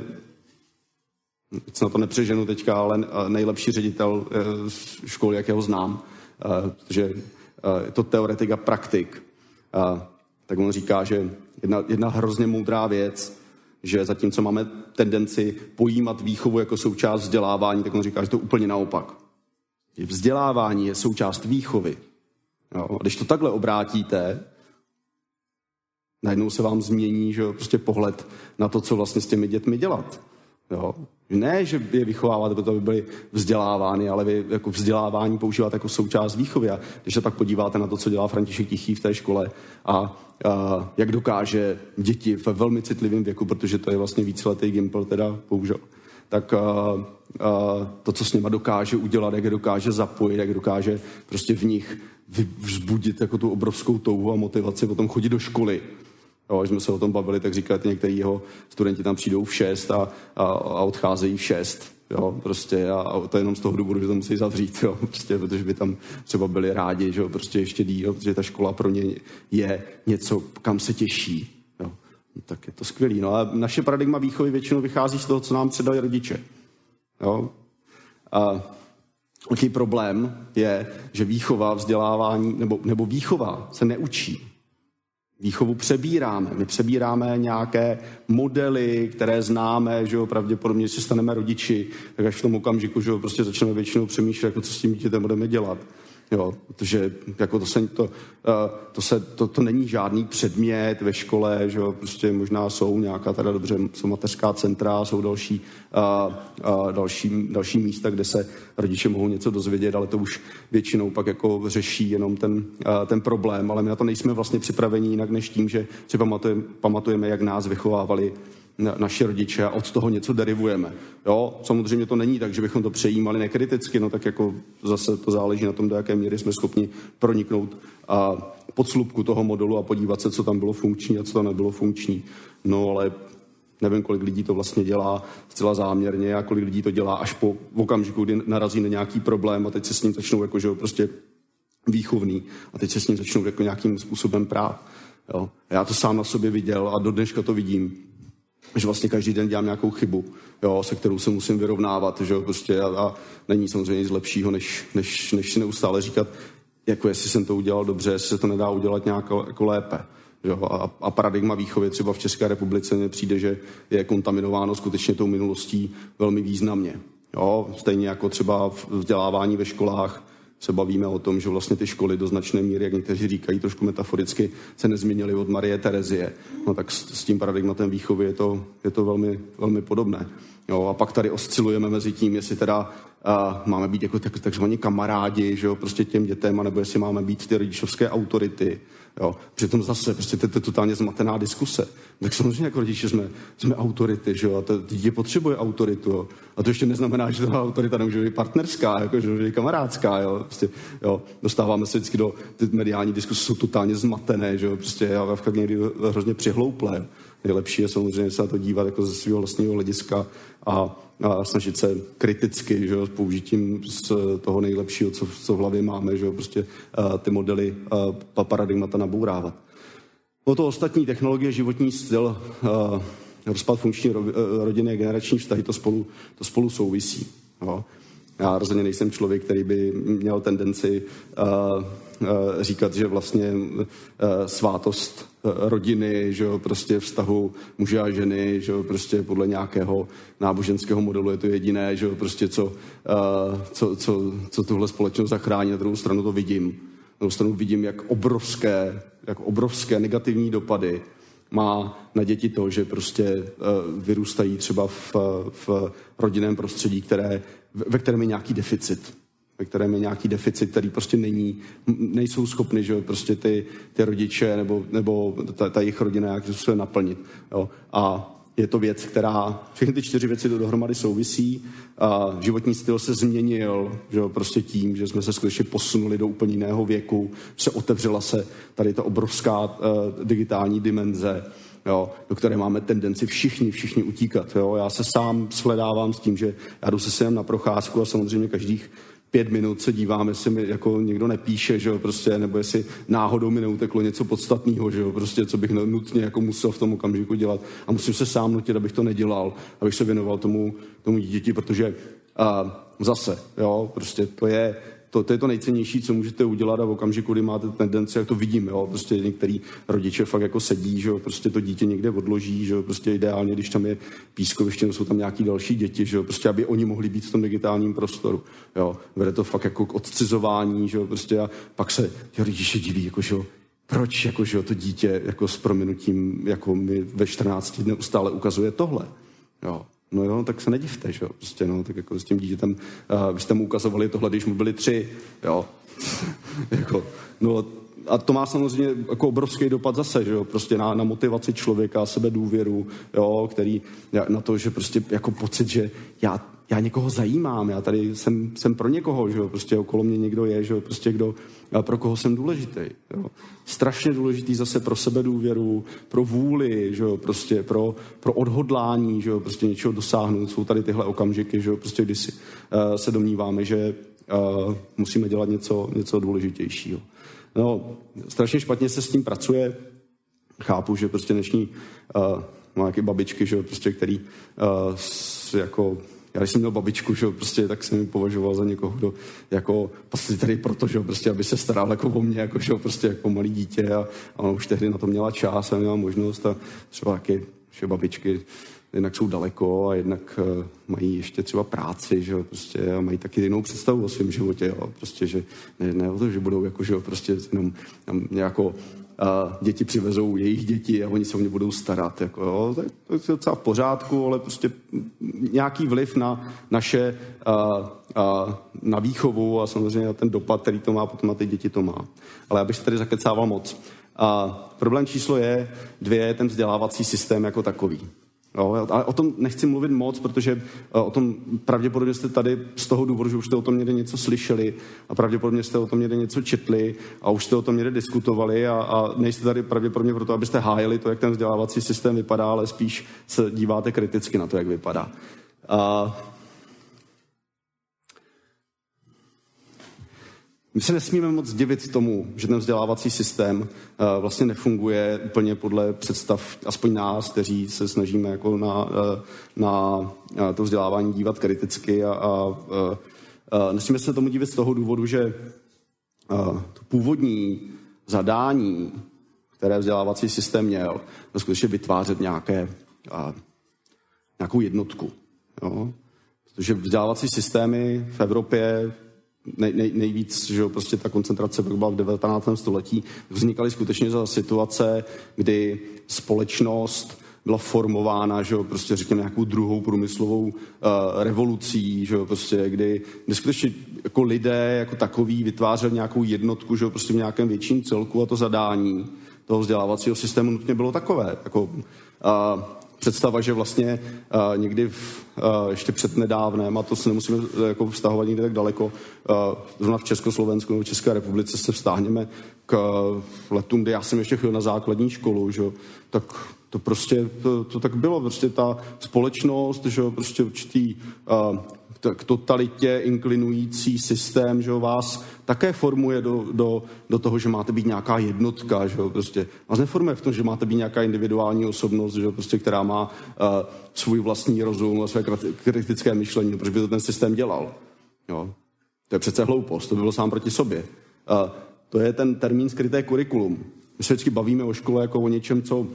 na to nepřeženu teďka, ale nejlepší ředitel školy, jak ho znám, protože je to teoretik a praktik. A tak on říká, že jedna, jedna hrozně moudrá věc, že zatímco máme tendenci pojímat výchovu jako součást vzdělávání, tak on říká, že to úplně naopak. Vzdělávání je součást výchovy. Jo? A když to takhle obrátíte, najednou se vám změní, že prostě pohled na to, co vlastně s těmi dětmi dělat. Jo? Ne, že je vychováváte, protože by byly vzdělávány, ale vy jako vzdělávání používáte jako součást výchovy. A když se pak podíváte na to, co dělá František Tichý v té škole a, a jak dokáže děti ve velmi citlivém věku, protože to je vlastně víceletý gimpl, teda bohužel, tak a, a to, co s nima dokáže udělat, jak je dokáže zapojit, jak dokáže prostě v nich vzbudit jako tu obrovskou touhu a motivaci potom chodit do školy. Jo, když jsme se o tom bavili, tak říkali, některý jeho studenti tam přijdou v šest a, a, a odcházejí v šest. Jo, prostě a, a to jenom z toho důvodu, že to musí zavřít, jo, prostě, protože by tam třeba byli rádi, že jo, prostě ještě díl, protože ta škola pro ně je něco, kam se těší. Jo. Tak je to skvělý. No a naše paradigma výchovy většinou vychází z toho, co nám předali rodiče. Jo. A velký problém je, že výchova, vzdělávání, nebo, nebo výchova se neučí. Výchovu přebíráme. My přebíráme nějaké modely, které známe, že jo, pravděpodobně, když se staneme rodiči, tak až v tom okamžiku, že jo, prostě začneme většinou přemýšlet, jako co s tím dítětem budeme dělat. Jo, protože jako to, se, to, to, se, to, to není žádný předmět ve škole, že jo, prostě možná jsou nějaká teda dobře, jsou mateřská centra, jsou další, a, a další, další místa, kde se rodiče mohou něco dozvědět, ale to už většinou pak jako řeší jenom ten, a, ten problém, ale my na to nejsme vlastně připraveni jinak než tím, že si pamatujeme, pamatujeme jak nás vychovávali naši rodiče a od toho něco derivujeme. Jo, samozřejmě to není tak, že bychom to přejímali nekriticky, no tak jako zase to záleží na tom, do jaké míry jsme schopni proniknout a pod slupku toho modelu a podívat se, co tam bylo funkční a co tam nebylo funkční. No ale nevím, kolik lidí to vlastně dělá zcela záměrně a kolik lidí to dělá až po okamžiku, kdy narazí na nějaký problém a teď se s ním začnou jako, že prostě výchovný a teď se s ním začnou jako nějakým způsobem prát. Jo. Já to sám na sobě viděl a do dneška to vidím, že vlastně každý den dělám nějakou chybu, jo, se kterou se musím vyrovnávat, že jo, prostě a, a není samozřejmě nic lepšího, než, než, než si neustále říkat, jako jestli jsem to udělal dobře, jestli se to nedá udělat nějak jako lépe. Jo, a, a paradigma výchovy třeba v České republice mně přijde, že je kontaminováno skutečně tou minulostí velmi významně. Jo, stejně jako třeba v vzdělávání ve školách se bavíme o tom, že vlastně ty školy do značné míry, jak někteří říkají trošku metaforicky, se nezměnily od Marie Terezie. No tak s, s tím paradigmatem výchovy je to, je to velmi, velmi podobné. Jo, a pak tady oscilujeme mezi tím, jestli teda uh, máme být jako tak, takzvaní kamarádi, že jo, prostě těm dětem, anebo jestli máme být ty rodičovské autority. Jo. Přitom zase, prostě to je totálně zmatená diskuse. Tak samozřejmě jako rodiče jsme, jsme autority, že jo, a to dítě potřebuje autoritu, jo. A to ještě neznamená, že ta autorita nemůže být partnerská, jako, že může být kamarádská, jo. Prostě, jo. Dostáváme se vždycky do, ty mediální diskuse jsou totálně zmatené, že jo, prostě já fakt někdy hrozně přihlouplé. Nejlepší je samozřejmě se na to dívat jako ze svého vlastního hlediska a, a snažit se kriticky, že jo, s použitím z toho nejlepšího, co, co v hlavě máme, že jo, prostě uh, ty modely uh, paradigmata nabourávat. O to ostatní technologie, životní styl, uh, rozpad funkční ro, uh, rodiny, generační vztahy, to spolu, to spolu souvisí. Jo. Já rozhodně nejsem člověk, který by měl tendenci uh, uh, říkat, že vlastně uh, svátost uh, rodiny, že jo, prostě vztahu muže a ženy, že jo, prostě podle nějakého náboženského modelu je to jediné, že jo, prostě co, uh, co, co, co tuhle společnost zachrání. Na druhou stranu to vidím. Na druhou stranu vidím, jak obrovské, jak obrovské negativní dopady má na děti to, že prostě uh, vyrůstají třeba v, v rodinném prostředí, které, ve kterém je nějaký deficit. Ve kterém je nějaký deficit, který prostě není, nejsou schopni, že prostě ty, ty rodiče nebo, nebo ta, ta jejich rodina nějak se naplnit. Jo. A je to věc, která, všechny ty čtyři věci dohromady souvisí. A životní styl se změnil, že jo, prostě tím, že jsme se skutečně posunuli do úplně jiného věku, se otevřela se tady ta obrovská uh, digitální dimenze, jo, do které máme tendenci všichni, všichni utíkat. Jo. Já se sám shledávám s tím, že já jdu se sem na procházku a samozřejmě každých pět minut se dívám, jestli mi jako někdo nepíše, že jo, prostě, nebo jestli náhodou mi neuteklo něco podstatného, že jo, prostě, co bych nutně jako musel v tom okamžiku dělat. A musím se sám nutit, abych to nedělal, abych se věnoval tomu, tomu dítěti, protože uh, zase, jo, prostě to je, to, to je to nejcennější, co můžete udělat a v okamžiku, kdy máte tendenci, jak to vidím, jo, prostě některý rodiče fakt jako sedí, že jo, prostě to dítě někde odloží, že jo, prostě ideálně, když tam je pískoviště, jsou tam nějaký další děti, že jo, prostě aby oni mohli být v tom digitálním prostoru, jo, vede to fakt jako k odcizování, že jo, prostě a pak se ty rodiče diví, jako, že jo, proč, jako, že jo, to dítě, jako s prominutím, jako mi ve čtrnácti neustále ukazuje tohle, jo. No jo, tak se nedivte, že jo, prostě, no, tak jako s tím dítětem, uh, vy jste mu ukazovali tohle, když mu byli tři, jo, jako, no a to má samozřejmě jako obrovský dopad zase, že jo, prostě na, na motivaci člověka, sebedůvěru, jo, který, na to, že prostě jako pocit, že já, já někoho zajímám, já tady jsem, jsem pro někoho, že jo, prostě okolo mě někdo je, že jo, prostě kdo, pro koho jsem důležitý, jo. Strašně důležitý zase pro sebedůvěru, pro vůli, že jo, prostě pro, pro odhodlání, že jo, prostě něčeho dosáhnout, jsou tady tyhle okamžiky, že jo, prostě když si, uh, se domníváme, že uh, musíme dělat něco, něco důležitějšího. No, strašně špatně se s tím pracuje. Chápu, že prostě dnešní uh, má nějaké babičky, že prostě, který uh, s, jako, já když jsem měl babičku, že prostě, tak jsem ji považoval za někoho, kdo jako prostě tady proto, že prostě, aby se staral jako o mě, jako, že prostě jako malý dítě a, a ona už tehdy na to měla čas a měla možnost a třeba taky, že babičky jednak jsou daleko a jednak uh, mají ještě třeba práci, že jo, prostě a mají taky jinou představu o svém životě, jo, prostě, že ne, ne o to, že budou jako, že jo, prostě jenom nějako uh, děti přivezou jejich děti a oni se o ně budou starat, jako jo, to je, to je docela v pořádku, ale prostě nějaký vliv na naše, uh, uh, na výchovu a samozřejmě ten dopad, který to má potom na ty děti to má. Ale já bych se tady zakecával moc. A problém číslo je dvě, ten vzdělávací systém jako takový. Jo, ale o tom nechci mluvit moc, protože o tom pravděpodobně jste tady z toho důvodu, že už jste o tom někde něco slyšeli a pravděpodobně jste o tom někde něco četli a už jste o tom někde diskutovali a, a nejste tady pravděpodobně proto, abyste hájili to, jak ten vzdělávací systém vypadá, ale spíš se díváte kriticky na to, jak vypadá. A my se nesmíme moc divit tomu, že ten vzdělávací systém uh, vlastně nefunguje úplně podle představ, aspoň nás, kteří se snažíme jako na, uh, na uh, to vzdělávání dívat kriticky a, a uh, uh, nesmíme se tomu divit z toho důvodu, že uh, to původní zadání, které vzdělávací systém měl, to skutečně vytvářet nějaké, uh, nějakou jednotku. Jo? Protože vzdělávací systémy v Evropě Nej, nej, nejvíc, že jo, prostě ta koncentrace byla v devatenáctém století, vznikaly skutečně za situace, kdy společnost byla formována, že jo, prostě řekněme nějakou druhou průmyslovou uh, revolucí, že jo, prostě, kdy, kdy skutečně jako lidé jako takový vytvářeli nějakou jednotku, že jo, prostě v nějakém větším celku a to zadání toho vzdělávacího systému nutně bylo takové, jako uh, představa, že vlastně uh, někdy v, uh, ještě před nedávnem, a to se nemusíme uh, jako vztahovat někde tak daleko, uh, zrovna v Československu nebo v České republice se vztáhneme k uh, letům, kdy já jsem ještě chodil na základní školu, že, tak to prostě, to, to tak bylo, prostě ta společnost, že prostě určitý uh, k totalitě inklinující systém, že vás také formuje do, do, do toho, že máte být nějaká jednotka, že prostě vás neformuje v tom, že máte být nějaká individuální osobnost, že prostě, která má uh, svůj vlastní rozum a své kritické myšlení, protože by to ten systém dělal. Jo? To je přece hloupost, to by bylo sám proti sobě. Uh, to je ten termín skryté kurikulum. My se vždycky bavíme o škole jako o něčem, co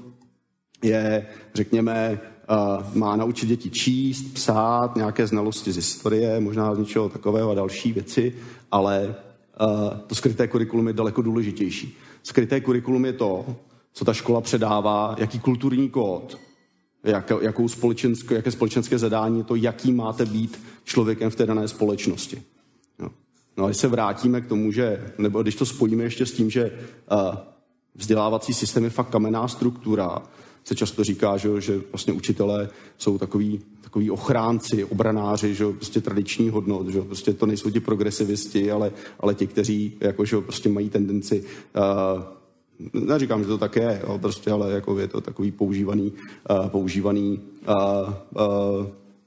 je, řekněme, Uh, má naučit děti číst, psát, nějaké znalosti z historie, možná z něčeho takového a další věci, ale uh, to skryté kurikulum je daleko důležitější. Skryté kurikulum je to, co ta škola předává, jaký kulturní kód, jak, jakou společenské, jaké společenské zadání je to, jaký máte být člověkem v té dané společnosti. No, no a když se vrátíme k tomu, že, nebo když to spojíme ještě s tím, že uh, vzdělávací systém je fakt kamenná struktura, se často říká, že, že vlastně učitelé jsou takový, takový ochránci, obranáři, že prostě tradiční hodnot, že prostě to nejsou ti progresivisti, ale, ale ti, kteří jako, že prostě mají tendenci, uh, neříkám, že to tak je, jo, prostě, ale jako je to takový používaný, uh, používaný uh, uh,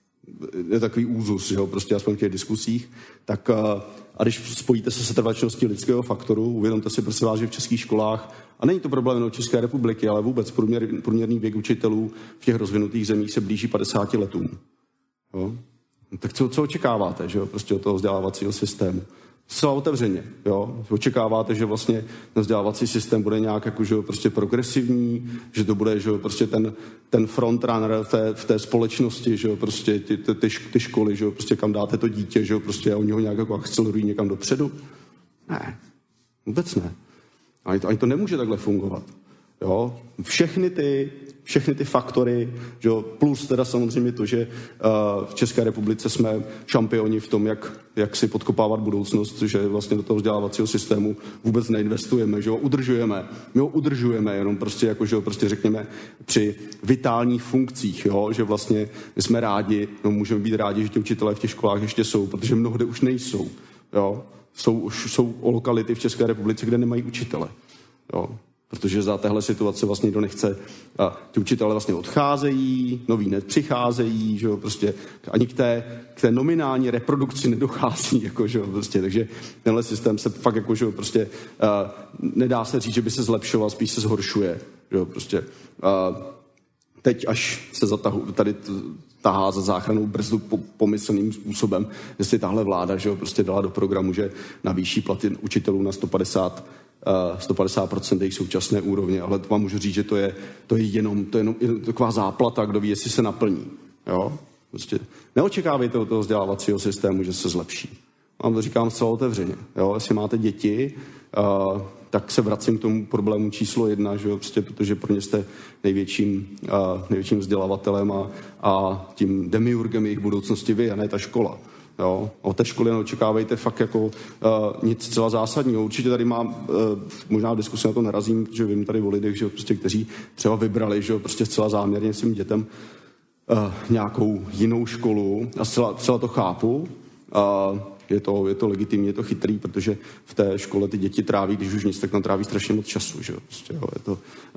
je takový úzus, že jo, prostě aspoň v těch diskusích, tak uh, a když spojíte se setrvačností lidského faktoru, uvědomte si prosím vás, že v českých školách, a není to problém jenom České republiky, ale vůbec průměr, průměrný věk učitelů v těch rozvinutých zemích se blíží padesáti letům. Jo? Tak co, co očekáváte, že jo, prostě od toho vzdělávacího systému? Zcela otevřeně, jo. Očekáváte, že vlastně ten vzdělávací systém bude nějak jako, že jo, prostě progresivní, že to bude, že jo, prostě ten, ten frontrunner v té, v té společnosti, že jo, prostě ty, ty, ty, ty školy, že jo, prostě kam dáte to dítě, že jo, prostě a oni ho nějak jako akcelerují někam dopředu? Ne, vůbec ne. Ani to, ani to nemůže takhle fungovat. Jo? Všechny ty, všechny ty faktory, že jo? Plus teda samozřejmě to, že uh, v České republice jsme šampioni v tom, jak, jak si podkopávat budoucnost, že vlastně do toho vzdělávacího systému vůbec neinvestujeme, že ho udržujeme. My ho udržujeme jenom prostě, jako, že ho prostě řekněme při vitálních funkcích, jo? Že vlastně my jsme rádi, no můžeme být rádi, že ti učitelé v těch školách ještě jsou, protože mnohde už nejsou. Jo? Jsou, jsou lokality v České republice, kde nemají učitele. Jo? Protože za téhle situace vlastně nikdo nechce. A ty učitelé vlastně odcházejí, noví nepřicházejí, že jo? Prostě ani k té, k té nominální reprodukci nedochází. Jako, že jo? Prostě, takže tenhle systém se fakt jako, že jo? Prostě, uh, nedá se říct, že by se zlepšoval, spíš se zhoršuje. Že jo? Prostě, uh, teď až se zatahu, tady t, tahá za záchrannou brzdu po, pomyslným způsobem, jestli tahle vláda, že jo, prostě dala do programu, že navýší platy učitelů na sto padesát procent jejich současné úrovně, ale to vám můžu říct, že to je, to je jenom, to je jenom taková záplata, kdo ví, jestli se naplní. Jo? Prostě neočekávejte od toho vzdělávacího systému, že se zlepší. Vám to říkám zcela otevřeně. Jo? Jestli máte děti, uh, tak se vracím k tomu problému číslo jedna, že jo? Prostě, protože pro ně jste největším, uh, největším vzdělavatelem a, a tím demiurgem jejich budoucnosti vy, a ne ta škola. Jo? Od té školy neočekávejte fakt jako uh, nic zcela zásadního. Určitě tady mám, uh, možná v diskusi na to narazím, že vím tady o lidech, že prostě, kteří třeba vybrali, že prostě zcela záměrně svým dětem uh, nějakou jinou školu a zcela, zcela to chápu. Uh, je, to, je to legitimní, je to chytrý, protože v té škole ty děti tráví, když už nic, tak tam tráví strašně moc času. Že? Prostě, jo, je to, uh,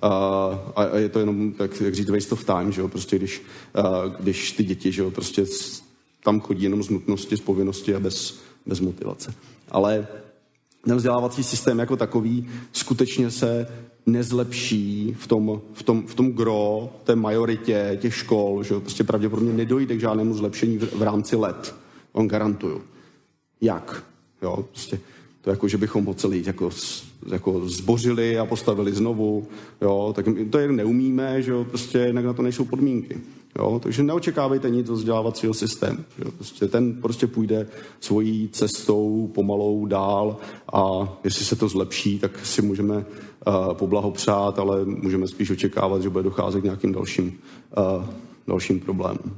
a je to jenom, jak, jak říct, waste of time, že? Prostě, když, uh, když ty děti že? Prostě tam chodí jenom z nutnosti, z povinnosti a bez, bez motivace. Ale ten vzdělávací systém jako takový skutečně se nezlepší v tom, v tom, v tom gro, té majoritě těch škol, že prostě pravděpodobně nedojde k žádnému zlepšení v, v rámci let. On garantuju. Jak? Jo, prostě to jako, že bychom ho celý jako, jako zbořili a postavili znovu, jo, tak to jen neumíme, že jo, prostě jinak na to nejsou podmínky. Jo, takže neočekávejte nic od vzdělávacího systému. Jo, prostě ten prostě půjde svojí cestou pomalou dál a jestli se to zlepší, tak si můžeme uh, poblahopřát, ale můžeme spíš očekávat, že bude docházet k nějakým dalším, uh, dalším problémům.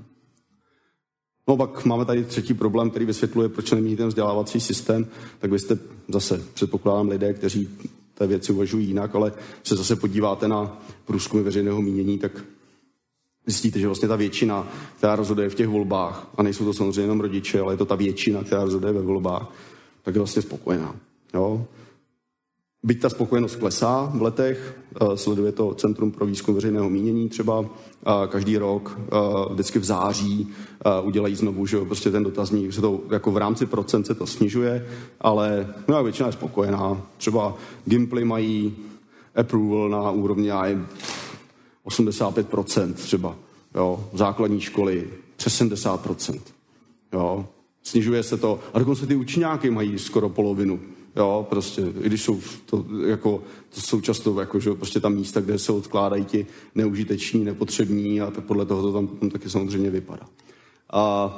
No pak máme tady třetí problém, který vysvětluje, proč nemí ten vzdělávací systém, tak vy jste zase, předpokládám, lidé, kteří té věci uvažují jinak, ale se zase podíváte na průzkumy veřejného mínění, tak zjistíte, že vlastně ta většina, která rozhoduje v těch volbách, a nejsou to samozřejmě jenom rodiče, ale je to ta většina, která rozhoduje ve volbách, tak je vlastně spokojená. Jo? Byť ta spokojenost klesá v letech, sleduje to Centrum pro výzkum veřejného mínění třeba každý rok, vždycky v září udělají znovu, že prostě ten dotazník, se to jako v rámci procent se to snižuje, ale no, většina je spokojená. Třeba Gimply mají approval na úrovni osmdesát pět procent třeba, jo, základní školy přes sedmdesát procent, jo, snižuje se to, a dokonce ty učňáky mají skoro polovinu, jo, prostě, i když jsou to, jako, to jsou často, jako, že prostě tam místa, kde se odkládají ti neužiteční, nepotřební a tak podle toho to tam, tam taky samozřejmě vypadá. A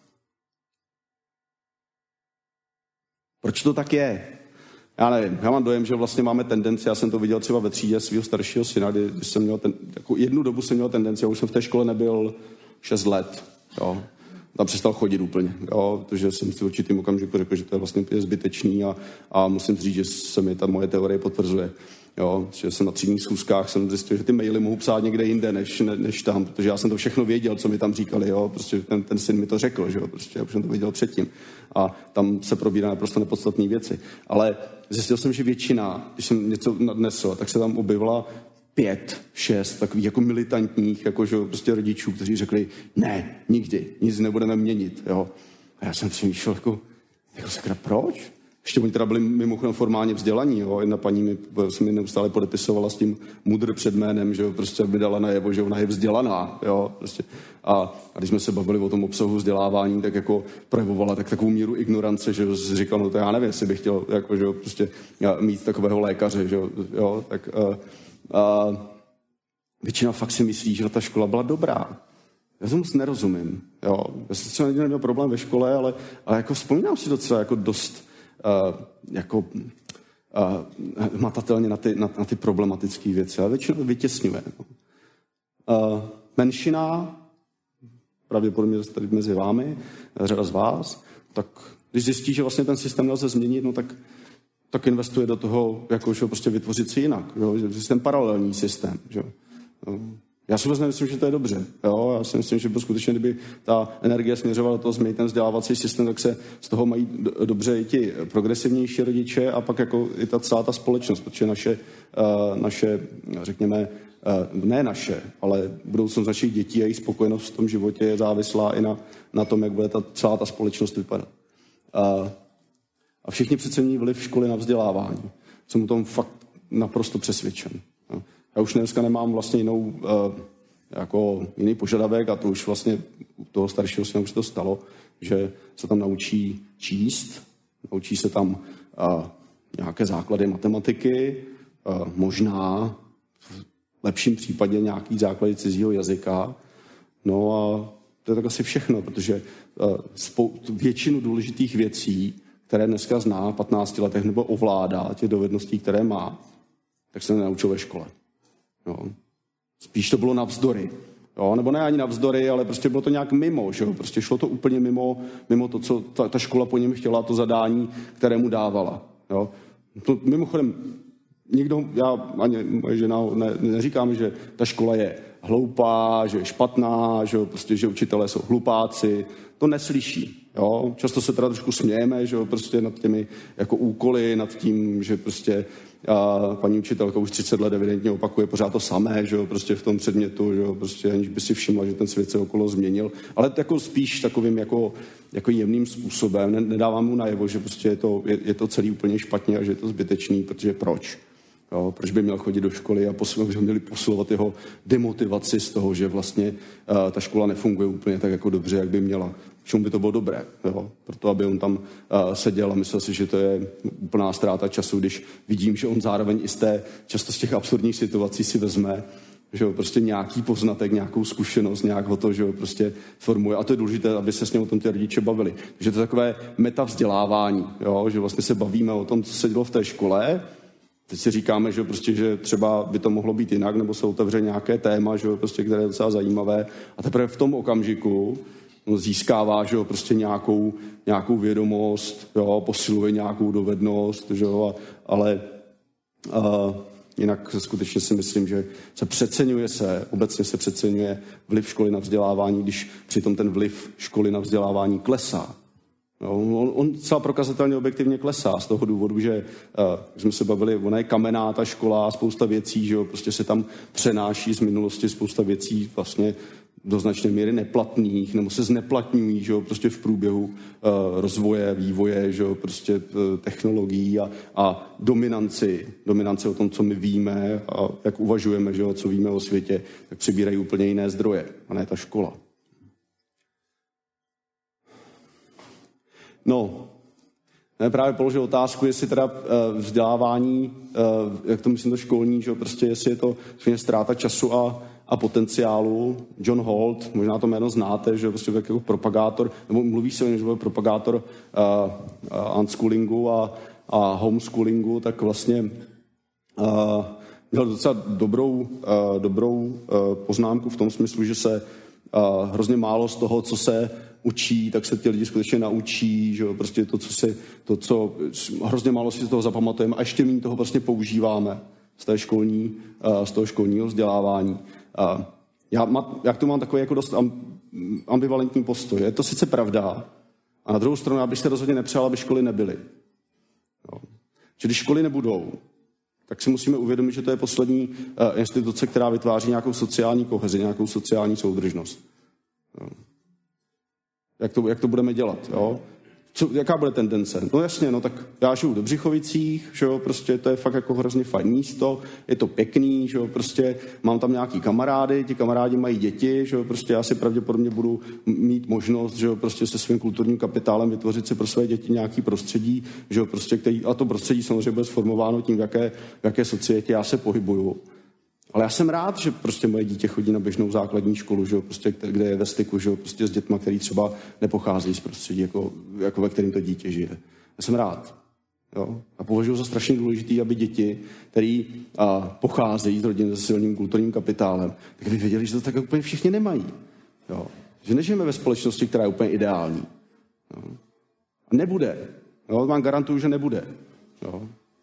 proč to tak je? Já nevím, já mám dojem, že vlastně máme tendenci, já jsem to viděl třeba ve třídě svého staršího syna, kdy, kdy jsem měl ten, jako jednu dobu jsem měl tendenci, já už jsem v té škole nebyl šest let, jo. Tam přestal chodit úplně, jo, protože jsem si v určitým okamžiku řekl, že to je vlastně zbytečný a, a musím říct, že se mi ta moje teorie potvrzuje. Jo, že jsem na třídních schůzkách jsem zjistil, že ty maily mohu psát někde jinde, než, ne, než tam, protože já jsem to všechno věděl, co mi tam říkali, jo, prostě ten, ten syn mi to řekl, že jo, prostě já už jsem to věděl předtím. A tam se probírá naprosto nepodstatné věci. Ale zjistil jsem, že většina, když jsem něco nadnesl, tak se tam objevila pět, šest takových jako militantních, jako, že prostě rodičů, kteří řekli, ne, nikdy, nic nebudeme měnit, jo. A já jsem přemýšlel, jako, jako sakra, proč? Ještě oni teda byli mimochodem formálně vzdělaní, jo. Jedna paní mi, se mi neustále podepisovala s tím mudr před jménem, že jo, prostě aby dala najevo, že ona je vzdělaná, jo, prostě. A, a když jsme se bavili o tom obsahu vzdělávání, tak jako projevovala tak takovou míru ignorance, že jo, říkal, no to já nevím, jestli bych chtěl, jako, že jo, prostě mít takového lékaře, že jo, jo tak uh, uh, většina fakt si myslí, že ta škola byla dobrá. Já tomu nerozumím, jo. Já jsem třeba neměl problém ve škole, ale, ale jako vzpomínám si docela jako dost Uh, jako uh, matatelně na ty, na, na ty problematické věci. A většinou vytěsňuje. No. Uh, menšina, pravděpodobně tady mezi vámi, řada z vás, tak když zjistí, že vlastně ten systém nelze změnit, no tak, tak investuje do toho, jako, že prostě vytvořit si jinak. Jo? Že ten paralelní systém. Že? Jo? Já si vůbec nemyslím, že to je dobře. Jo? Já si myslím, že skutečně, kdyby ta energie směřovala do toho změnit ten vzdělávací systém, tak se z toho mají dobře i ti progresivnější rodiče a pak jako i ta celá ta společnost, protože naše, uh, naše řekněme, uh, ne naše, ale budoucnost našich dětí a jejich spokojenost v tom životě je závislá i na, na tom, jak bude ta, celá ta společnost vypadat. Uh, a všichni přece mění vliv školy na vzdělávání. Jsem o tom fakt naprosto přesvědčen. Jo? Já už dneska nemám vlastně jinou, uh, jako jiný požadavek a to už vlastně u toho staršího syna už to stalo, že se tam naučí číst, naučí se tam uh, nějaké základy matematiky, uh, možná v lepším případě nějaký základy cizího jazyka. No a to je tak asi všechno, protože uh, spou- většinu důležitých věcí, které dneska zná v patnácti letech nebo ovládá těch dovedností, které má, tak se nenaučil ve škole. Jo. Spíš to bylo navzdory. Jo. Nebo ne ani navzdory, ale prostě bylo to nějak mimo. Že jo. Prostě šlo to úplně mimo, mimo to, co ta, ta škola po něm chtěla, to zadání, které mu dávala. Jo. To, mimochodem, nikdo, já ani moje žena ne, neříkáme, že ta škola je hloupá, že je špatná, že, prostě, že učitelé jsou hlupáci. To neslyší. Jo? Často se teda trošku smějeme, že prostě nad těmi jako úkoly, nad tím, že prostě a paní učitelka už třicet let evidentně opakuje pořád to samé, že jo, prostě v tom předmětu, že jo, prostě aniž by si všimla, že ten svět se okolo změnil, ale jako spíš takovým jako, jako jemným způsobem, nedávám mu najevo, že prostě je to, je, je to celý úplně špatně a že je to zbytečný, protože proč? Jo, proč by měl chodit do školy a posilovat, že měli posilovat jeho demotivaci z toho, že vlastně uh, ta škola nefunguje úplně tak jako dobře, jak by měla. Čemu by to bylo dobré? Jo? Proto, aby on tam uh, seděl a myslel si, že to je úplná ztráta času, když vidím, že on zároveň i z té, často z těch absurdních situací si vezme, že jo, prostě nějaký poznatek, nějakou zkušenost, nějak ho to, že jo, prostě formuje. A to je důležité, aby se s ním o tom ty rodiče bavili. Takže to je takové metavzdělávání, jo? Že vlastně se bavíme o tom, co se dělo v té škole. Teď si říkáme, že, prostě, že třeba by to mohlo být jinak, nebo se otevře nějaké téma, že, prostě, které je docela zajímavé. A teprve v tom okamžiku no, získává že, prostě nějakou, nějakou vědomost, jo, posiluje nějakou dovednost, že, a, ale a, jinak skutečně si myslím, že se přeceňuje se, obecně se přeceňuje vliv školy na vzdělávání, když přitom ten vliv školy na vzdělávání klesá. No, on, on celá prokazatelně objektivně klesá z toho důvodu, že uh, jsme se bavili, ona je kamenná ta škola, spousta věcí, že jo, prostě se tam přenáší z minulosti spousta věcí vlastně do značné míry neplatných, nebo se zneplatňují, že jo, prostě v průběhu uh, rozvoje, vývoje, že jo, prostě uh, technologií a, a dominanci, dominanci o tom, co my víme a jak uvažujeme, že jo, co víme o světě, tak přibírají úplně jiné zdroje, a ne ta škola. No, já právě položil otázku, jestli teda vzdělávání, jak to myslím to školní, že prostě jestli je to ztráta času a, a potenciálu. John Holt, možná to jméno znáte, že prostě jako propagátor, nebo mluví se o něm, že byl propagátor uh, uh, unschoolingu a, a homeschoolingu, tak vlastně uh, měl docela dobrou, uh, dobrou uh, poznámku v tom smyslu, že se uh, hrozně málo z toho, co se učí, tak se ti lidi skutečně naučí, že jo, prostě to, co si, to, co hrozně málo si z toho zapamatujeme a ještě méně toho prostě používáme z té školní, z toho školního vzdělávání. Já, má, já k tomu mám takový jako dost ambivalentní postoj. Je to sice pravda, a na druhou stranu já bych se rozhodně nepřál, aby školy nebyly. Jo. Že když školy nebudou, tak si musíme uvědomit, že to je poslední instituce, která vytváří nějakou sociální kohezi, nějakou sociální soudržnost. Jo. Jak to, jak to budeme dělat, jo? Co, jaká bude tendence? No jasně, no tak já žiju do Břichovicích, že jo, prostě to je fakt jako hrozně fajn místo, je to pěkný, že jo, prostě mám tam nějaký kamarády, ti kamarádi mají děti, že jo, prostě já si pravděpodobně budu mít možnost, že jo, prostě se svým kulturním kapitálem vytvořit si pro své děti nějaký prostředí, že jo, prostě který, a to prostředí samozřejmě bude sformováno tím, v jaké, v jaké societě já se pohybuju. Ale já jsem rád, že prostě moje dítě chodí na běžnou základní školu, že jo, prostě, kde je ve styku, že jo, prostě s dětma, který třeba nepocházejí z prostředí, jako, jako ve kterém to dítě žije. Já jsem rád. Jo? A považuji za strašně důležitý, aby děti, které pocházejí z rodin se silným kulturním kapitálem, tak by věděli, že to tak úplně všichni nemají. Jo? Že nežijeme ve společnosti, která je úplně ideální. Jo? A nebude. Jo? Vám garantuju, že nebude. Jo?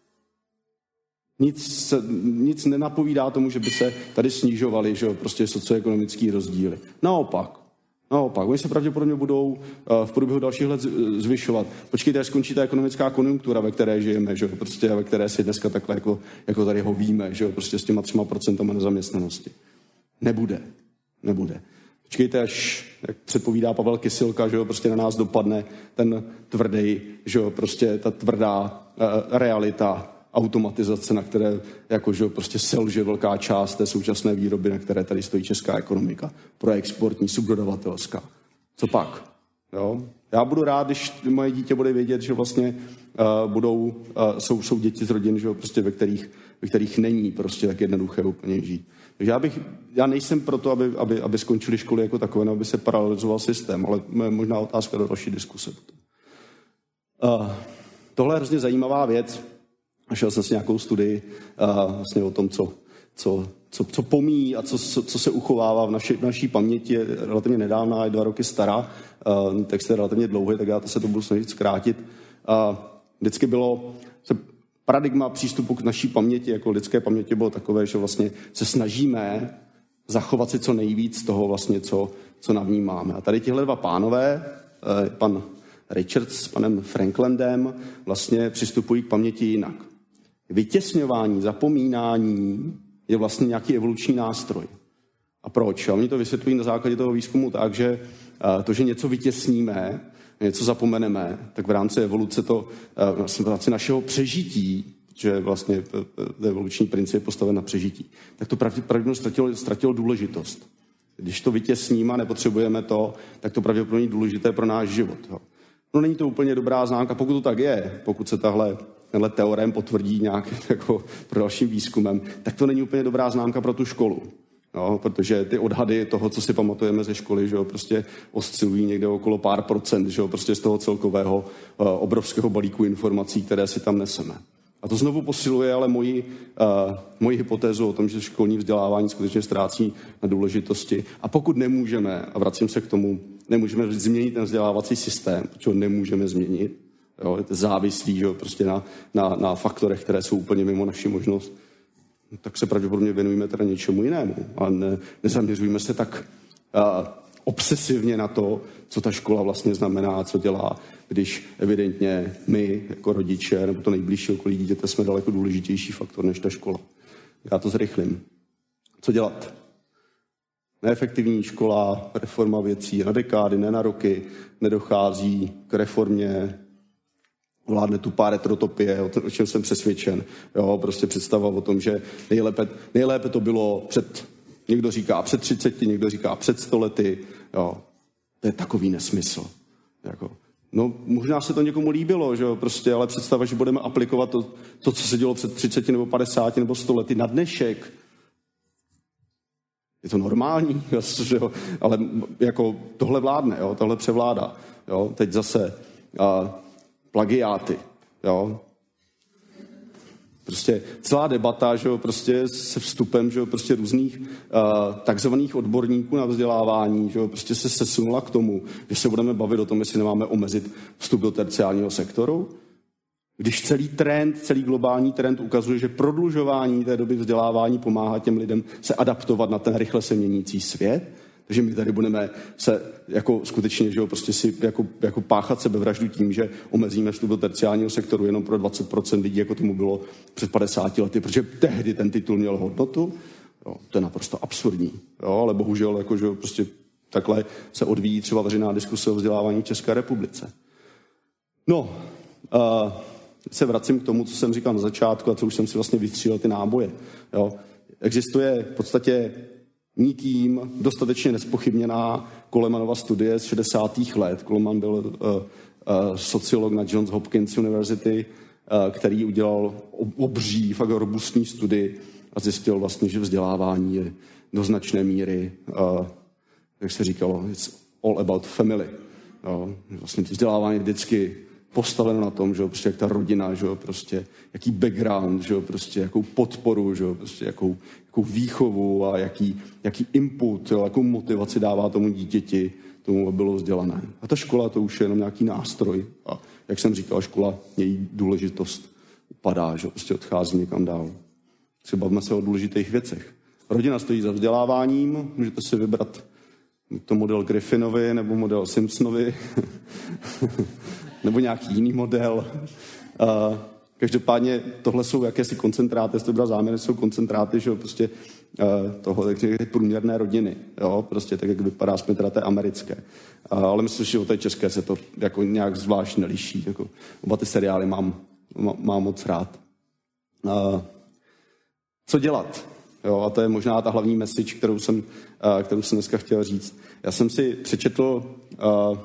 Nic, nic nenapovídá tomu, že by se tady snižovaly, že prostě socioekonomické rozdíly. Naopak. Naopak. Oni se pravděpodobně budou v průběhu dalších let zvyšovat. Počkejte, až skončí ta ekonomická konjunktura, ve které žijeme, že prostě, ve které si dneska takhle jako, jako tady ho víme, že prostě s těma třema procentama nezaměstnanosti. Nebude. Nebude. Počkejte, až, jak předpovídá Pavel Kysilka, že jo, prostě na nás dopadne ten tvrdý, že jo, prostě ta tvrdá uh, realita, automatizace, na které jakože prostě selže velká část té současné výroby, na které tady stojí česká ekonomika. Proexportní, subdodavatelská. Co pak? Jo? Já budu rád, když moje dítě bude vědět, že vlastně uh, budou, uh, jsou, jsou děti z rodin, že jo, prostě ve kterých, ve kterých není prostě tak jednoduché úplně žít. Takže já, bych, já nejsem proto, aby, aby, aby skončily školy jako takové, aby se paralelizoval systém, ale možná otázka do další diskuse. Uh, tohle je hrozně zajímavá věc. Našel jsem si nějakou studii uh, vlastně o tom, co, co, co, co pomíjí a co, co, co se uchovává v naši, v naší paměti. Je relativně nedávná, je dva roky stará. Uh, text je relativně dlouhý, tak já to se to budu snažit zkrátit. Uh, vždycky bylo, se paradigma přístupu k naší paměti, jako lidské paměti, bylo takové, že vlastně se snažíme zachovat si co nejvíc toho vlastně, co, co navnímáme. A tady tihle dva pánové, pan Richards s panem Franklandem, vlastně přistupují k paměti jinak. Vytěsňování, zapomínání je vlastně nějaký evoluční nástroj. A proč? A oni to vysvětlují na základě toho výzkumu tak, že to, že něco vytěsníme, něco zapomeneme, tak v rámci evoluce to, v rámci našeho přežití, že vlastně evoluční princip je postaven na přežití, tak to pravděpodobně ztratilo, ztratilo důležitost. Když to vytěsníme a nepotřebujeme to, tak to pravděpodobně důležité pro náš život. Jo. No není to úplně dobrá známka, pokud to tak je, pokud se tahle, tenhle teorem potvrdí nějak jako pro dalším výzkumem, tak to není úplně dobrá známka pro tu školu. No, protože ty odhady toho, co si pamatujeme ze školy, že jo, prostě oscilují někde okolo pár procent, že jo, prostě z toho celkového uh, obrovského balíku informací, které si tam neseme. A to znovu posiluje ale moji, uh, moji hypotézu o tom, že školní vzdělávání skutečně ztrácí na důležitosti. A pokud nemůžeme, a vracím se k tomu, nemůžeme změnit ten vzdělávací systém, protože ho nemůžeme změnit, jo, je to závislý, že jo, prostě na, na, na faktorech, které jsou úplně mimo naši možnost, tak se pravděpodobně věnujeme teda něčemu jinému. A ne, nezaměřujeme se tak uh, obsesivně na to, co ta škola vlastně znamená, co dělá, když evidentně my, jako rodiče, nebo to nejbližší okolí dítěte, jsme daleko důležitější faktor než ta škola. Já to zrychlím. Co dělat? Neefektivní škola, reforma věcí na dekády, ne na roky, nedochází k reformě, vládne tupá retrotopie, o čem jsem přesvědčen. Jo, prostě představa o tom, že nejlépe, nejlépe to bylo před, někdo říká před třiceti, někdo říká před sto lety. Jo, to je takový nesmysl. Jako, no, možná se to někomu líbilo, že jo, prostě, ale představa, že budeme aplikovat to, to, co se dělo před třiceti nebo padesáti nebo sto lety na dnešek. Je to normální, že jo, ale jako tohle vládne, jo, tohle převládá. Jo, teď zase a, plagiáty, jo. Prostě celá debata, že jo, prostě se vstupem, že jo, prostě různých uh, takzvaných odborníků na vzdělávání, že jo, prostě se sesunula k tomu, že se budeme bavit o tom, jestli nemáme omezit vstup do terciárního sektoru. Když celý trend, celý globální trend ukazuje, že prodlužování té doby vzdělávání pomáhá těm lidem se adaptovat na ten rychle se měnící svět, takže my tady budeme se jako skutečně, že jo, prostě si jako, jako páchat sebevraždu tím, že omezíme vstup do terciálního sektoru jenom pro dvacet procent lidí, jako tomu bylo před padesáti lety, protože tehdy ten titul měl hodnotu. Jo, to je naprosto absurdní. Jo, ale bohužel jako, že jo, prostě takhle se odvíjí třeba veřejná diskuse o vzdělávání v České republice. No, uh, se vracím k tomu, co jsem říkal na začátku a co už jsem si vlastně vystřílel ty náboje. Jo. Existuje v podstatě nikým dostatečně nespochybněná Colemanova studie z šedesátých let. Coleman byl uh, uh, sociolog na Johns Hopkins University, uh, který udělal obří, fakt robustní studii a zjistil vlastně, že vzdělávání je do značné míry, uh, jak se říkalo, it's all about family. Jo. Vlastně vzdělávání vždycky postaveno na tom, že jo, prostě jak ta rodina, že jo, prostě jaký background, že jo, prostě jakou podporu, že jo, prostě jakou, jakou výchovu a jaký, jaký input, jo, jakou motivaci dává tomu dítěti, tomu, aby bylo vzdělané. A ta škola to už je jenom nějaký nástroj. A jak jsem říkal, škola, její důležitost upadá, že jo, prostě odchází někam dál. Třeba bavme se o důležitých věcech. Rodina stojí za vzděláváním, můžete si vybrat to model Griffinovi nebo model Simpsonovi, nebo nějaký jiný model. Uh, každopádně tohle jsou jakési koncentráty, jestli to byla záměr, jsou koncentráty, že jo, prostě uh, toho, takže průměrné rodiny, jo, prostě tak, jak vypadá, aspoň teda té americké. Uh, ale myslím, že o té české se to jako nějak zvlášť neliší. Jako, oba ty seriály mám, má, mám moc rád. Uh, co dělat? Jo, a to je možná ta hlavní message, kterou jsem, uh, kterou jsem dneska chtěl říct. Já jsem si přečetl uh,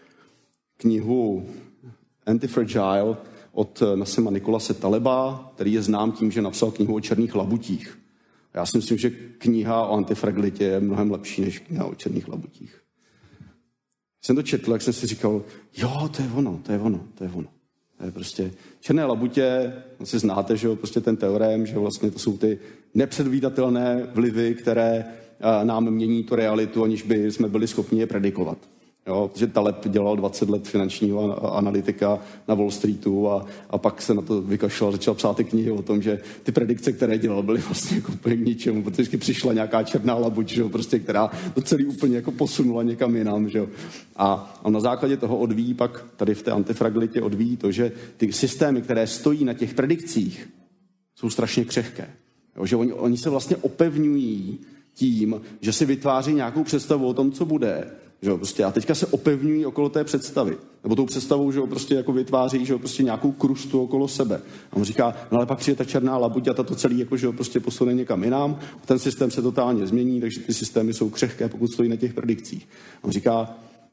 knihu Antifragile od Nassima Nicolase Taleba, který je znám tím, že napsal knihu o černých labutích. Já si myslím, že kniha o antifragilitě je mnohem lepší než kniha o černých labutích. Když jsem to četl, jak jsem si říkal, jo, to je ono, to je ono, to je ono. To je prostě černé labutě, si znáte, že jo, prostě ten teorem, že vlastně to jsou ty nepředvídatelné vlivy, které nám mění tu realitu, aniž by jsme byli schopni je predikovat. Jo, protože Taleb dělal dvacet let finančního analytika na Wall Streetu a, a pak se na to vykašlal, začal psát ty knihy o tom, že ty predikce, které dělal, byly vlastně jako úplně k ničemu, protože vždycky přišla nějaká černá labuť, že jo, prostě, která to celý úplně jako posunula někam jinam. Že jo. A, a na základě toho odvíjí pak tady v té antifragilitě odvíjí to, že ty systémy, které stojí na těch predikcích, jsou strašně křehké. Jo, že oni, oni se vlastně opevňují tím, že si vytváří nějakou představu o tom, co bude. Že jo, prostě a teďka se opevňují okolo té představy. Nebo tou představou, že jo, prostě jako vytváří, že jo, prostě nějakou krustu okolo sebe. A on říká, no ale pak přijde ta černá labuť a to celý jako, že jo, prostě posune někam jinam. Ten systém se totálně změní, takže ty systémy jsou křehké, pokud stojí na těch predikcích. A on říká,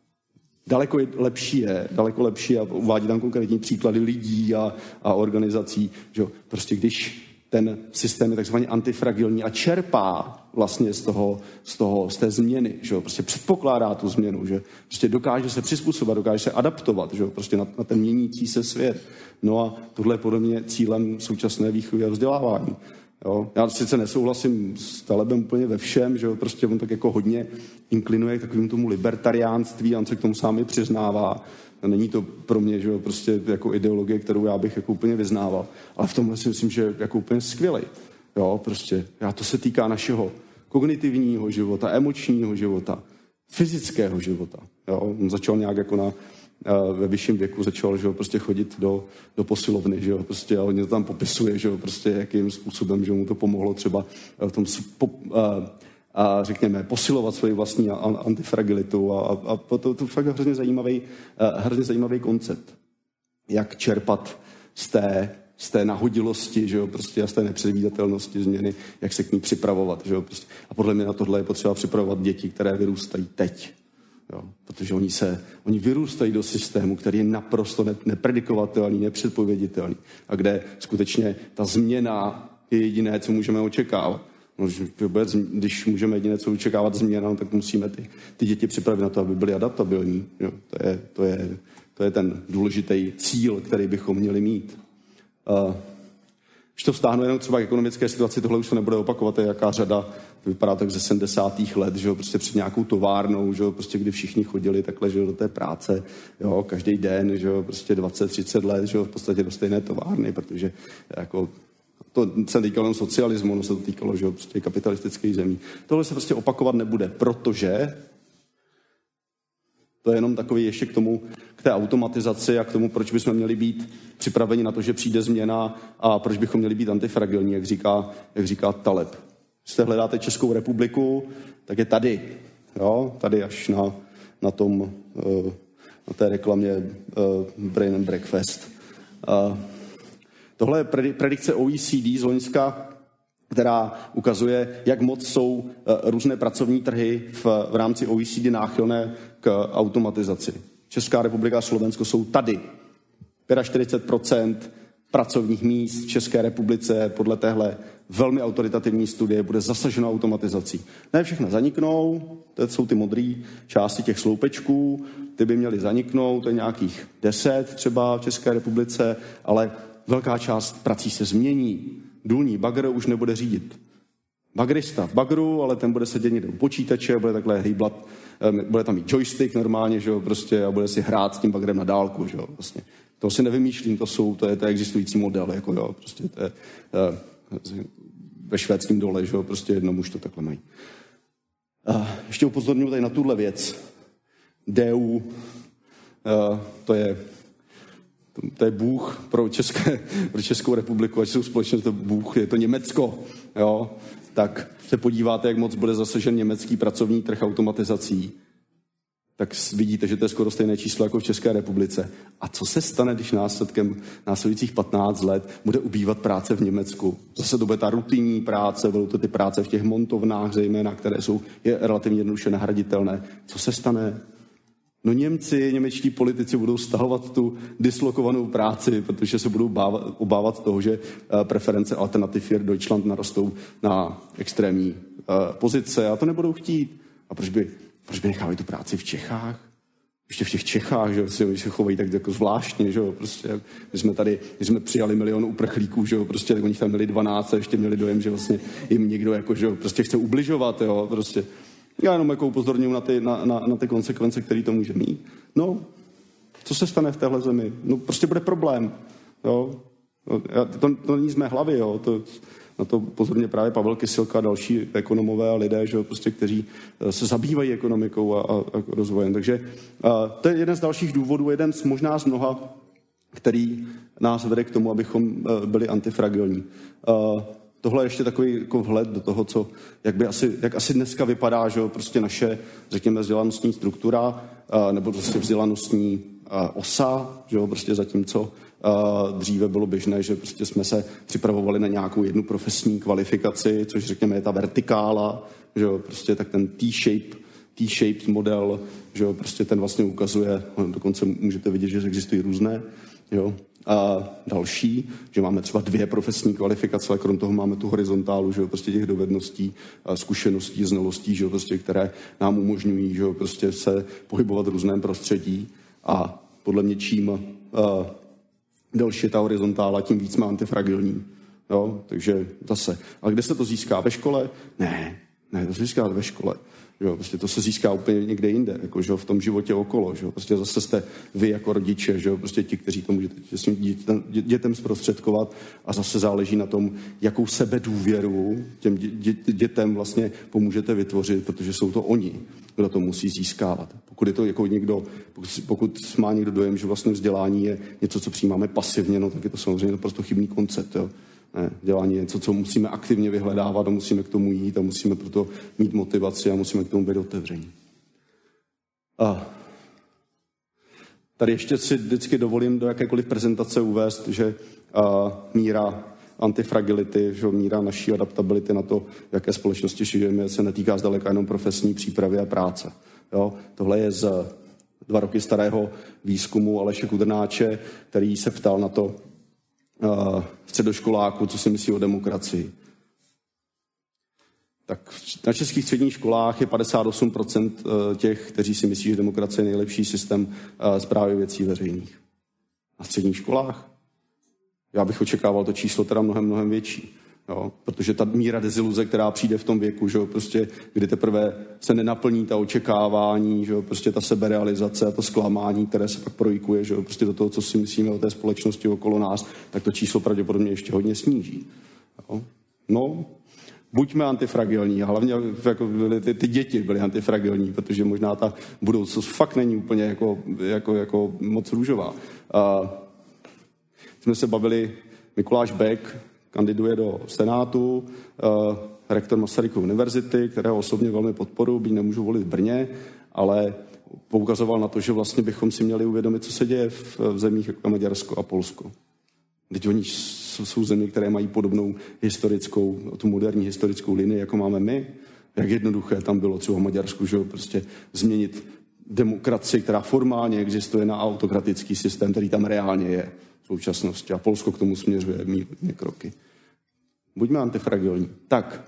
daleko lepší je, daleko lepší a uvádí tam konkrétní příklady lidí a, a organizací, že jo, prostě když ten systém je takzvaně antifragilní a čerpá vlastně z toho, z toho, z té změny, že jo, prostě předpokládá tu změnu, že prostě dokáže se přizpůsobit, dokáže se adaptovat, že jo, prostě na, na ten měnící se svět. No a tohle je podle mě cílem současné výchovy a vzdělávání. Jo. Já sice nesouhlasím s Talebem úplně ve všem, že jo, prostě on tak jako hodně inklinuje k takovému tomu libertariánství, a on se k tomu sám i přiznává. Není to pro mě, že jo, prostě jako ideologie, kterou já bych jako úplně vyznával. Ale v tomhle si myslím, že je jako úplně skvělej. Jo, prostě, já to se týká našeho kognitivního života, emočního života, fyzického života. Jo. On začal nějak jako na, ve vyšším věku začal, že jo, prostě chodit do, do posilovny, že jo, prostě a on to tam popisuje, že jo, prostě jakým způsobem, že mu to pomohlo třeba v tom po, a, a řekněme, posilovat svoji vlastní antifragilitu a, a, a to, to fakt hrozně zajímavý, hrozně zajímavý koncept, jak čerpat z té, z té nahodilosti, že jo, prostě a z té nepředvídatelnosti změny, jak se k ní připravovat, že jo, prostě. A podle mě na tohle je potřeba připravovat děti, které vyrůstají teď. Jo, protože oni, se, oni vyrůstají do systému, který je naprosto ne, nepredikovatelný, nepředpověditelný a kde skutečně ta změna je jediné, co můžeme očekávat. No, když můžeme jediné, co očekávat změna, no, tak musíme ty, ty děti připravit na to, aby byly adaptabilní. Jo, to, je, to, je, to je ten důležitý cíl, který bychom měli mít. Uh, Když to vztáhnu jenom třeba k ekonomické situaci, tohle už se nebude opakovat, je jaká řada, vypadá tak ze sedmdesátých let, že jo, prostě před nějakou továrnou, že jo, prostě kdy všichni chodili takhle, že jo, do té práce, jo, každý den, že jo, prostě dvacet třicet let, že jo, v podstatě do stejné továrny, protože jako to se týkalo jenom socialismu, no se to týkalo, že jo, prostě kapitalistických zemí. Tohle se prostě opakovat nebude, protože to je jenom takový ještě k tomu, k té automatizaci a k tomu, proč bychom měli být připraveni na to, že přijde změna a proč bychom měli být antifragilní, jak říká, jak říká Taleb. Když se hledáte Českou republiku, tak je tady. Jo? Tady až na, na tom, na té reklamě Brain and Breakfast. Tohle je predikce O E C D z loňska, která ukazuje, jak moc jsou různé pracovní trhy v, v rámci O E C D náchylné k automatizaci. Česká republika a Slovensko jsou tady. čtyřicet pět procent pracovních míst v České republice podle téhle velmi autoritativní studie bude zasaženo automatizací. Ne všechno zaniknou, to jsou ty modré části těch sloupečků, ty by měly zaniknout, to je nějakých deset třeba v České republice, ale velká část prací se změní. Důlní bagr už nebude řídit bagrista v bagru, ale ten bude sedět někde u počítače, bude takhle hýblat, bude tam mít joystick normálně, že jo, prostě, a bude si hrát s tím bagrem na dálku, že jo, vlastně. To si nevymýšlím, to jsou, to je, to je existující model, jako jo, prostě to je uh, ve švédském dole, že jo, prostě jednou už to takhle mají. Uh, ještě upozorňuji tady na tuhle věc. D U, uh, to je To, to je Bůh pro, České, pro Českou republiku, ať jsou společnost, to Bůh, je to Německo, jo, tak se podíváte, jak moc bude zasažen německý pracovní trh automatizací, tak vidíte, že to je skoro stejné číslo jako v České republice. A co se stane, když následkem následujících patnáct let bude ubývat práce v Německu? Zase to bude ta rutinní práce, budou to ty práce v těch montovnách zejména, které jsou je relativně jednoduše nahraditelné. Co se stane? No Němci, němečtí politici budou stahovat tu dislokovanou práci, protože se budou bávat, obávat toho, že preference Alternative für Deutschland narostou na extrémní uh, pozice a to nebudou chtít. A proč by, proč by nechávají tu práci v Čechách? Ještě v těch Čechách, že si se chovají tak jako zvláštně, že jo, prostě, my jsme tady, my jsme přijali milion uprchlíků, že jo, prostě, tak oni tam měli dvanáct a ještě měli dojem, že vlastně jim někdo jako, že jo, prostě chce ubližovat, jo, prostě. Já jenom jako upozorňuji na ty, na, na, na ty konsekvence, které to může mít. No, co se stane v téhle zemi? No, prostě bude problém. Jo? To, to není z mé hlavy, jo? To, na to pozorně právě Pavel Kysilka a další ekonomové a lidé, že jo? Prostě, kteří se zabývají ekonomikou a, a, a rozvojem. Takže a, to je jeden z dalších důvodů, jeden z možná z mnoha, který nás vede k tomu, abychom byli antifragilní. A, tohle je ještě takový jako vhled do toho, co, jak, by asi, jak asi dneska vypadá, že jo? Prostě naše, řekněme, vzdělanostní struktura, a, nebo prostě vzdělanostní a, osa, že jo? Prostě zatímco Uh, dříve bylo běžné, že prostě jsme se připravovali na nějakou jednu profesní kvalifikaci, což řekněme je ta vertikála, že jo, prostě tak ten T-shape, T-shaped model, že jo, prostě ten vlastně ukazuje, dokonce můžete vidět, že existují různé, jo. A další, že máme třeba dvě profesní kvalifikace, ale krom toho máme tu horizontálu, že jo, prostě těch dovedností, zkušeností, znalostí, že jo, prostě, které nám umožňují, že jo, prostě se pohybovat v různém prostředí a podle mě čím uh, delší je ta horizontála, tím víc jsme antifragilní. Jo? Takže zase. Ale kde se to získá? Ve škole? Ne, ne, to se získá ve škole. Jo? Prostě to se získá úplně někde jinde, jako, že v tom životě okolo. Že? Prostě zase jste vy jako rodiče, že? Prostě ti, kteří to můžete svým dětem, dětem zprostředkovat a zase záleží na tom, jakou sebedůvěru těm dě, dětem vlastně pomůžete vytvořit, protože jsou to oni, kdo to musí získávat. Pokud je to jako někdo, pokud, pokud má někdo dojem, že vlastně vzdělání je něco, co přijímáme pasivně, no tak je to samozřejmě naprosto chybný koncept. Jo. Ne, vzdělání je něco, co musíme aktivně vyhledávat a musíme k tomu jít a musíme proto mít motivaci a musíme k tomu být otevření. A tady ještě si vždycky dovolím do jakékoliv prezentace uvést, že a, míra antifragility, že míra naší adaptability na to, v jaké společnosti žijeme, se netýká zdaleka jenom profesní přípravy a práce. Jo? Tohle je z dva roky starého výzkumu Aleše Kudrnáče, který se ptal na to uh, středoškoláku, co si myslí o demokracii. Tak na českých středních školách je padesát osm procent těch, kteří si myslí, že demokracie je nejlepší systém uh, správy věcí veřejných. Na středních školách? Já bych očekával to číslo teda mnohem, mnohem větší. Jo, protože ta míra deziluze, která přijde v tom věku, že jo, prostě, kdy teprve se nenaplní ta očekávání, že jo, prostě ta seberealizace a to zklamání, které se pak projikuje, že jo, prostě do toho, co si myslíme o té společnosti okolo nás, tak to číslo pravděpodobně ještě hodně sníží. Jo. No, buďme antifragilní a hlavně jako ty, ty děti byly antifragilní, protože možná ta budoucnost fakt není úplně jako, jako, jako moc růžová. A jsme se bavili, Mikuláš Bek kandiduje do Senátu, uh, rektor Masarykovy univerzity, kterého osobně velmi podporuji, byť nemůžu volit v Brně, ale poukazoval na to, že vlastně bychom si měli uvědomit, co se děje v, v zemích jako Maďarsko a Polsko. Teď oni jsou země, které mají podobnou historickou, tu moderní historickou linii, jako máme my. Jak jednoduché tam bylo třeba v Maďarsku, že prostě změnit demokracii, která formálně existuje, na autokratický systém, který tam reálně je v současnosti. A Polsko k tomu směřuje mírně kroky. Buďme antifragilní. Tak,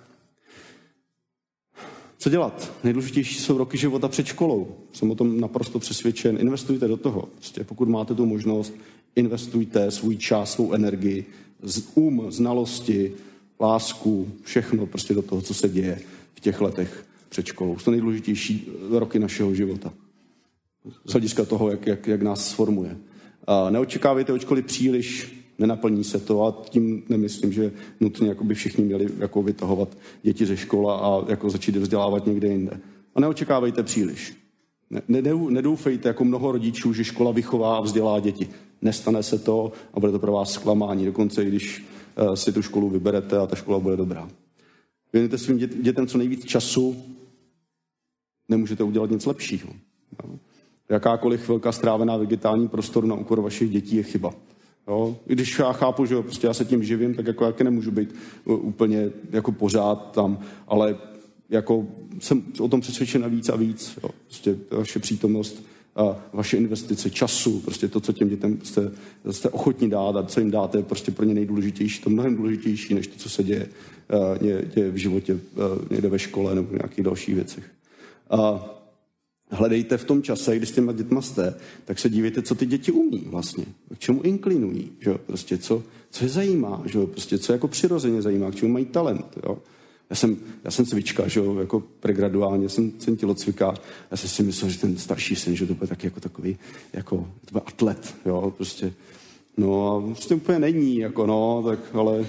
co dělat? Nejdůležitější jsou roky života před školou. Jsem o tom naprosto přesvědčen. Investujte do toho. Prostě pokud máte tu možnost, investujte svůj čas, svou energii, um, znalosti, lásku, všechno prostě do toho, co se děje v těch letech před školou. Jsou to nejdůležitější roky našeho života. Z hlediska toho, jak, jak, jak nás sformuje. A neočekávejte od školy příliš, nenaplní se to a tím nemyslím, že nutně jako by všichni měli jako vytahovat děti ze školy a jako začít vzdělávat někde jinde. A neočekávejte příliš. Ne, ne, nedoufejte jako mnoho rodičů, že škola vychová a vzdělá děti. Nestane se to a bude to pro vás zklamání. Dokonce i když uh, si tu školu vyberete a ta škola bude dobrá. Věnujte svým dět, dětem co nejvíc času, nemůžete udělat nic lepšího. No. Jakákoliv chvilka strávená v digitálním prostoru na úkor vašich dětí je chyba. Jo? I když já chápu, že prostě já se tím živím, tak jako jaké nemůžu být úplně jako pořád tam, ale jako jsem o tom přesvědčen víc a víc. Jo? Prostě vaše přítomnost a vaše investice času, prostě to, co těm dětem jste, jste ochotní dát a co jim dáte, je prostě pro ně nejdůležitější, to mnohem důležitější, než to, co se děje, děje v životě někde ve škole nebo v nějakých dalších věcech. A hledejte v tom čase, když s těma dětma jste, tak se dívejte, co ty děti umí vlastně, k čemu inklinují, že jo? Prostě co, co je zajímá, že jo? Prostě co jako přirozeně zajímá, k čemu mají talent. Jo? Já jsem, já jsem cvička, že jo, jako pregraduálně jsem, jsem tělocvika. Já jsem si myslel, že ten starší syn, že to bude taky jako takový, jako, to bude atlet, jo, prostě. No a prostě úplně není, jako no, tak ale,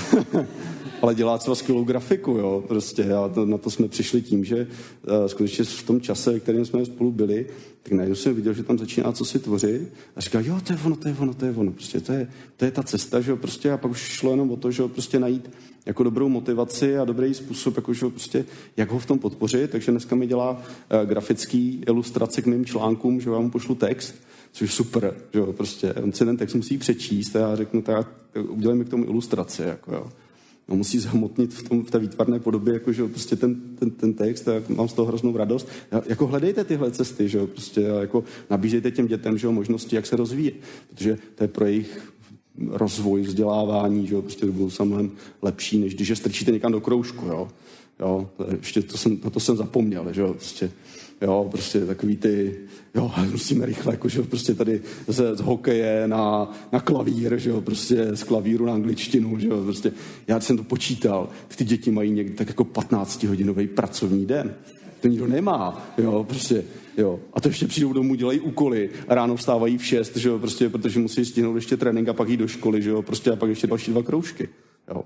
ale dělá třeba skvělou grafiku, jo, prostě. A to, na to jsme přišli tím, že uh, skutečně v tom čase, ve kterém jsme spolu byli, tak najednou jsem viděl, že tam začíná co si tvořit a říkal, jo, to je ono, to je ono, to je ono, prostě to je, to je ta cesta, že jo, prostě a pak už šlo jenom o to, že jo, prostě najít jako dobrou motivaci a dobrý způsob, jako, že prostě, jak ho v tom podpořit, takže dneska mi dělá uh, grafický ilustrace k mým článkům, že já mu pošlu text, což je super, že jo, prostě, on si ten text musí přečíst a já řeknu, tak udělejme k tomu ilustraci, jako jo. No, musí zhmotnit v, tom, v té výtvarné podobě, jako, že jo, prostě ten, ten, ten text a jako, mám z toho hroznou radost. Já, jako hledejte tyhle cesty, že jo, prostě a jako nabízejte těm dětem, že jo, možnosti, jak se rozvíjet, protože to je pro jejich rozvoj, vzdělávání, že jo, prostě to bylo samozřejmě lepší, než když je strčíte někam do kroužku, jo. Jo, ještě to jsem, na to jsem zapomněl, že jo, prostě, jo, prostě takový ty, jo, musíme rychle, jako, že jo, prostě tady z, z hokeje na, na klavír, že jo, prostě z klavíru na angličtinu, že jo, prostě, já jsem to počítal, ty děti mají někdy tak jako patnáctihodinový pracovní den, to nikdo nemá, jo, prostě, jo, a to ještě přijdou domů, dělají úkoly a ráno vstávají v šest, že jo, prostě, protože musí stihnout ještě trénink a pak jít do školy, že jo, prostě a pak ještě další dva kroužky, jo.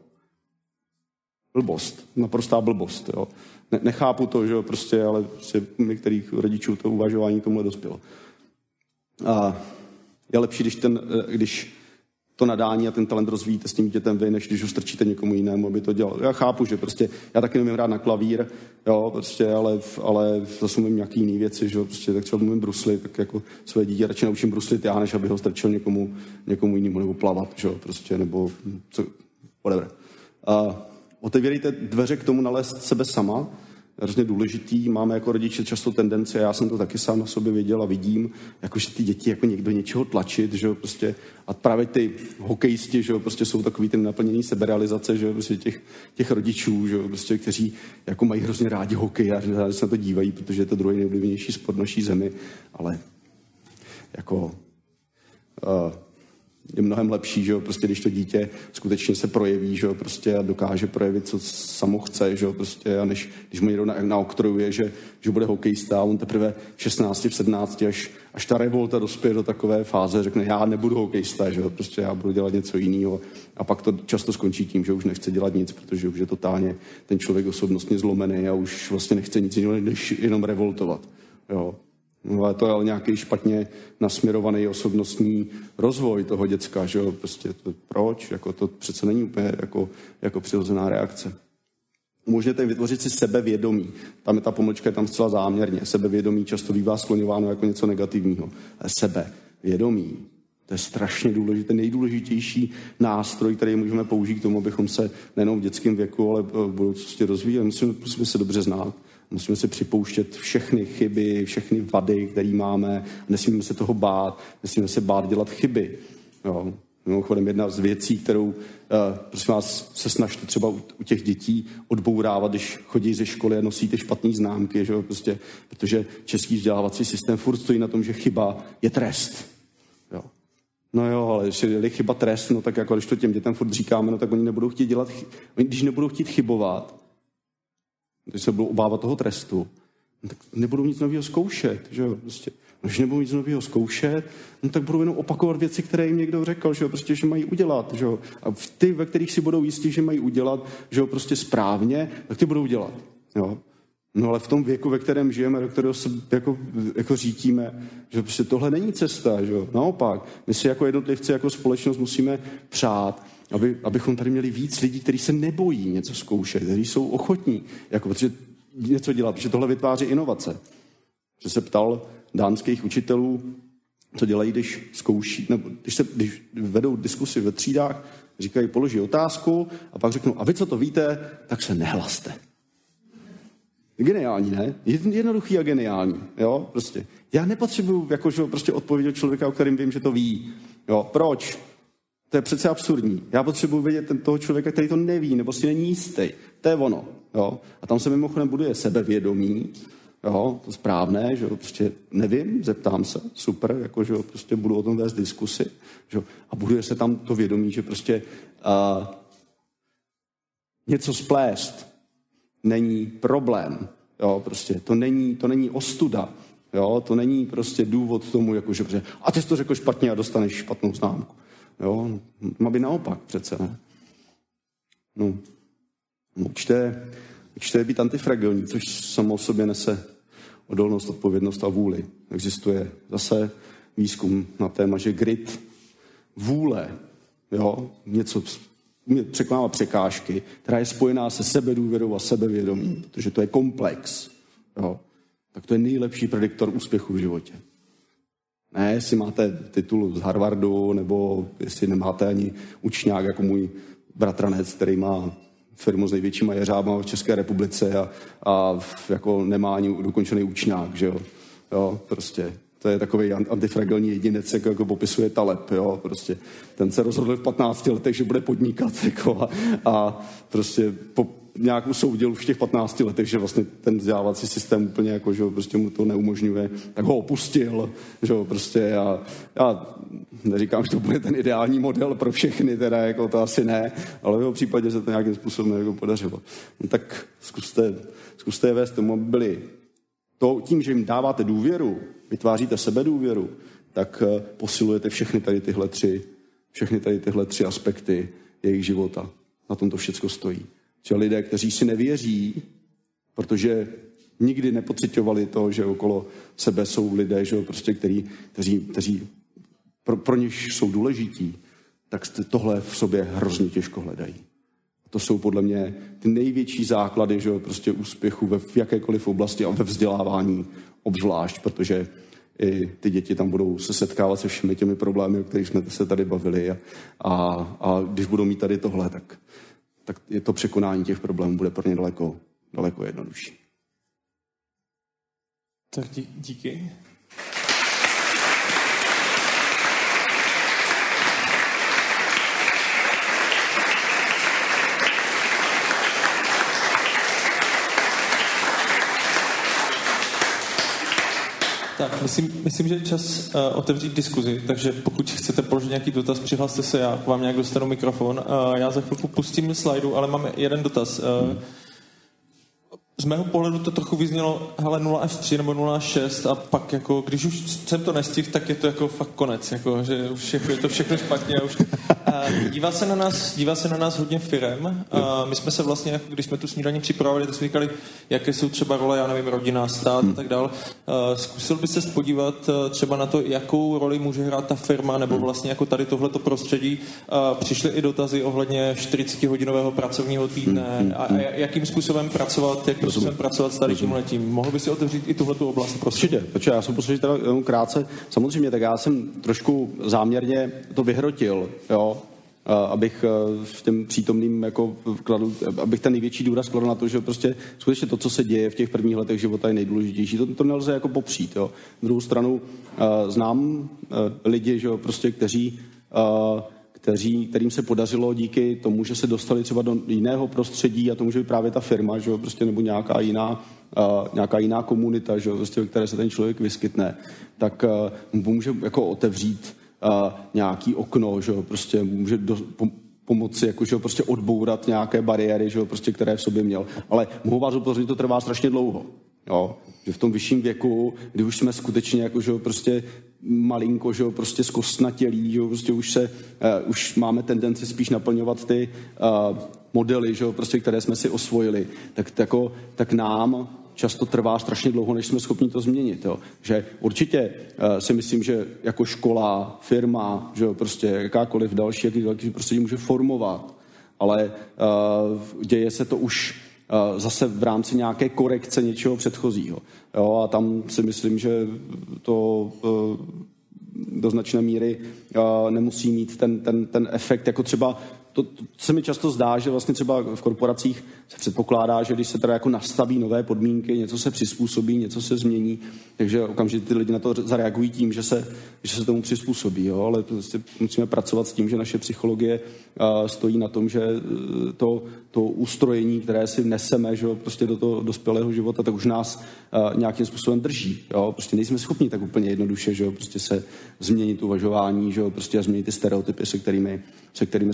Blbost, naprostá blbost, jo. Ne, nechápu to, že jo, prostě, ale prostě některých rodičů to uvažování tomuhle dospělo. A je lepší, když, ten, když to nadání a ten talent rozvíjíte s tím dětem vy, než když ho strčíte někomu jinému, aby to dělal. Já chápu, že prostě, já taky nemím hrát na klavír, jo, prostě, ale, ale zase umím nějaký jiný věci, že jo, prostě, tak třeba umím bruslit, tak jako své dítě radši naučím bruslit já, než aby ho strčil někomu, někomu jinému, nebo plavat, že jo, prostě, nebo co, whatever. A otevírejte dveře k tomu nalézt sebe sama, hrozně důležitý. Máme jako rodiče často tendence, já jsem to taky sám na sobě viděl a vidím, jako že ty děti jako někdo něčeho tlačit, že jo, prostě. A právě ty hokejisti, že jo, prostě jsou takový ten naplněný seberealizace, že jo, prostě těch, těch rodičů, že jo, prostě, kteří jako mají hrozně rádi hokej a že se na to dívají, protože je to druhý nejoblíbenější sport naší zemi, ale jako uh, je mnohem lepší, že jo, prostě když to dítě skutečně se projeví, že jo, prostě a dokáže projevit, co samo chce, že jo, prostě a než, když mu někdo na, naoktrojuje, že, že bude hokejista a on teprve v šestnácti, v sedmnácti, až, až ta revolta dospěje do takové fáze, řekne, já nebudu hokejista, že jo, prostě já budu dělat něco jiného a pak to často skončí tím, že už nechce dělat nic, protože už je totálně ten člověk osobnostně zlomený a už vlastně nechce nic jiného, než jenom revoltovat, jo. No, ale to je ale nějaký špatně nasměrovaný osobnostní rozvoj toho děcka, že jo, prostě to, proč, jako to přece není úplně jako, jako přirozená reakce. Můžete vytvořit si sebevědomí, tam je ta pomlčka, je tam zcela záměrně, sebevědomí často bývá skloňováno jako něco negativního, ale sebevědomí, to je strašně důležité, nejdůležitější nástroj, který můžeme použít k tomu, abychom se nejenom v dětském věku, ale v budoucnosti rozvíjeli, musíme, musíme se dobře znát. Musíme si připouštět všechny chyby, všechny vady, které máme. Nesmíme se toho bát, nesmíme se bát dělat chyby. Jo. Mimochodem jedna z věcí, kterou, uh, prosím vás, se snažte třeba u, u těch dětí odbourávat, když chodí ze školy a nosí ty špatné známky, že jo, prostě, protože český vzdělávací systém furt stojí na tom, že chyba je trest. Jo. No jo, ale když je chyba trest, no tak jako když to těm dětem furt říkáme, no tak oni nebudou chtít dělat, chy- oni, když nebudou chtít chybovat, když se budou obávat toho trestu, no tak nebudou nic nového zkoušet, že jo, prostě. Když nebudou nic nového zkoušet, no tak budou jenom opakovat věci, které jim někdo řekl, že jo, prostě, že mají udělat, že jo. A ty, ve kterých si budou jistí, že mají udělat, že jo, prostě správně, tak ty budou dělat, jo. No ale v tom věku, ve kterém žijeme, do kterého se jako, jako řítíme, že prostě tohle není cesta, že jo. Naopak, my si jako jednotlivci, jako společnost musíme přát, aby, abychom tady měli víc lidí, kteří se nebojí něco zkoušet, kteří jsou ochotní, jako, protože něco dělat, protože tohle vytváří inovace. Že se ptal dánských učitelů, co dělají, když zkouší, nebo když, se, když vedou diskusy ve třídách, říkají, položí otázku a pak řeknou, a vy co to víte, tak se nehlaste. Geniální, ne? Jednoduchý a geniální, jo, prostě. Já nepotřebuju jakože prostě odpovědět člověka, o kterým vím, že to ví. Jo, proč? To je přece absurdní. Já potřebuji vědět ten, toho člověka, který to neví, nebo si není jistý. To je ono, jo. A tam se mimochodem buduje sebevědomí, jo, to správné, že jo, prostě nevím, zeptám se, super, jako, že jo, prostě budu o tom vést diskusy, že jo, a buduje se tam to vědomí, že prostě uh, něco splést není problém. Jo, prostě to není, to není ostuda. Jo, to není prostě důvod tomu, jakože, a ty jsi to řekl špatně a dostaneš špatnou známku. Jo, má být naopak přece, ne? No, učte, učte být antifragilní, což samo o sobě nese odolnost, odpovědnost a vůli. Existuje zase výzkum na téma, že grit, vůle, jo, něco překonává překážky, která je spojená se sebedůvěrou a sebevědomím, protože to je komplex, jo, tak to je nejlepší prediktor úspěchu v životě. Ne, jestli máte titul z Harvardu, nebo jestli nemáte ani učňák jako můj bratranec, který má firmu s největšíma jeřábama v České republice a, a jako nemá ani dokončený učňák, že jo. Jo, prostě to je takový antifragilní jedinec, jako, jako popisuje Taleb, jo, prostě. Ten se rozhodl v patnácti letech, že bude podnikat, jako, a, a prostě po nějak usoudil v těch patnácti letech, že vlastně ten vzdělávací systém úplně jako, že prostě mu to neumožňuje, tak ho opustil, že prostě já, já neříkám, že to bude ten ideální model pro všechny, teda jako to asi ne, ale v jeho případě se to nějakým způsobem jako podařilo. No, tak zkuste, zkuste je vést tomu, aby byli to, tím, že jim dáváte důvěru, vytváříte sebedůvěru, tak posilujete všechny tady tyhle tři, všechny tady tyhle tři aspekty jejich života. Na tom to všecko stojí. Že lidé, kteří si nevěří, protože nikdy nepociťovali to, že okolo sebe jsou lidé, že prostě, který, kteří, kteří pro, pro něž jsou důležití, tak tohle v sobě hrozně těžko hledají. To jsou podle mě ty největší základy, že prostě úspěchu ve v jakékoliv oblasti a ve vzdělávání obzvlášť, protože i ty děti tam budou se setkávat se všemi těmi problémy, o kterých jsme se tady bavili a, a, a když budou mít tady tohle, tak tak je to překonání těch problémů bude pro ně daleko, daleko jednodušší. Tak dí, díky. Tak, myslím, myslím, že je čas uh, otevřít diskuzi, takže pokud chcete položit nějaký dotaz, přihlaste se, já k vám nějak dostanu mikrofon. Uh, já za chvilku pustím slajdu, ale mám jeden dotaz. Uh, hmm. Z mého pohledu to trochu vyznělo, hele, nula až tři nebo nula až šest a pak jako, když už jsem to nestihl, tak je to jako fakt konec, jako, že už je, je to všechno špatně. Už. A dívá se na nás, dívá se na nás hodně firem. A my jsme se vlastně, jako když jsme tu snídaní připravili, tak jsme říkali, jaké jsou třeba role, já nevím, rodina, stát a tak dál. A zkusil by se podívat třeba na to, jakou roli může hrát ta firma, nebo vlastně jako tady tohleto prostředí. A přišly i dotazy ohledně čtyřicetihodinového pracovního týdne a jakým způsobem pracovat, jakým způsobem pracovat s tady tímhletím. Mohl by si otevřít i tuhletu oblast, prosím? Určitě, protože já jsem posledně teda jenom krátce. Samozřejmě, tak já jsem trošku záměrně to vyhrotil, jo, abych v těm přítomným jako kladl, abych ten největší důraz kladl na to, že prostě skutečně to, co se děje v těch prvních letech života, je nejdůležitější. To, to nelze jako popřít, jo. Na druhou stranu znám lidi, že jo, prostě, kteří Kteří, kterým se podařilo díky tomu, že se dostali třeba do jiného prostředí a to může být právě ta firma, že jo, prostě, nebo nějaká jiná, uh, nějaká jiná komunita, že jo, prostě, ve které se ten člověk vyskytne, tak uh, může jako otevřít uh, nějaký okno, že jo, prostě může do, pom- pomoci jako, že jo, prostě odbourat nějaké bariéry, že jo, prostě, které v sobě měl. Ale mohu vás upozornit, to trvá strašně dlouho. Jo, že v tom vyšším věku, kdy už jsme skutečně jako, že prostě malinko, že prostě zkostnatělí, že prostě už se, uh, už máme tendenci spíš naplňovat ty uh, modely, že prostě, které jsme si osvojili, tak, tako, tak nám často trvá strašně dlouho, než jsme schopni to změnit. Jo. Že určitě uh, si myslím, že jako škola, firma, že prostě jakákoliv další, jaký další prostředí může formovat, ale uh, děje se to už zase v rámci nějaké korekce něčeho předchozího. Jo, a tam si myslím, že to do značné míry nemusí mít ten, ten, ten efekt, jako třeba to, to se mi často zdá, že vlastně třeba v korporacích se předpokládá, že když se teda jako nastaví nové podmínky, něco se přizpůsobí, něco se změní, takže okamžitě ty lidi na to zareagují tím, že se, že se tomu přizpůsobí, jo? Ale prostě musíme pracovat s tím, že naše psychologie uh, stojí na tom, že to, to ustrojení, které si neseme, že jo, prostě do toho dospělého života, tak už nás uh, nějakým způsobem drží, jo? Prostě nejsme schopni tak úplně jednoduše, že jo, prostě se změnit uvažování, že jo, prostě změnit ty stereotypy, se kterými, se kterými spolupracujeme.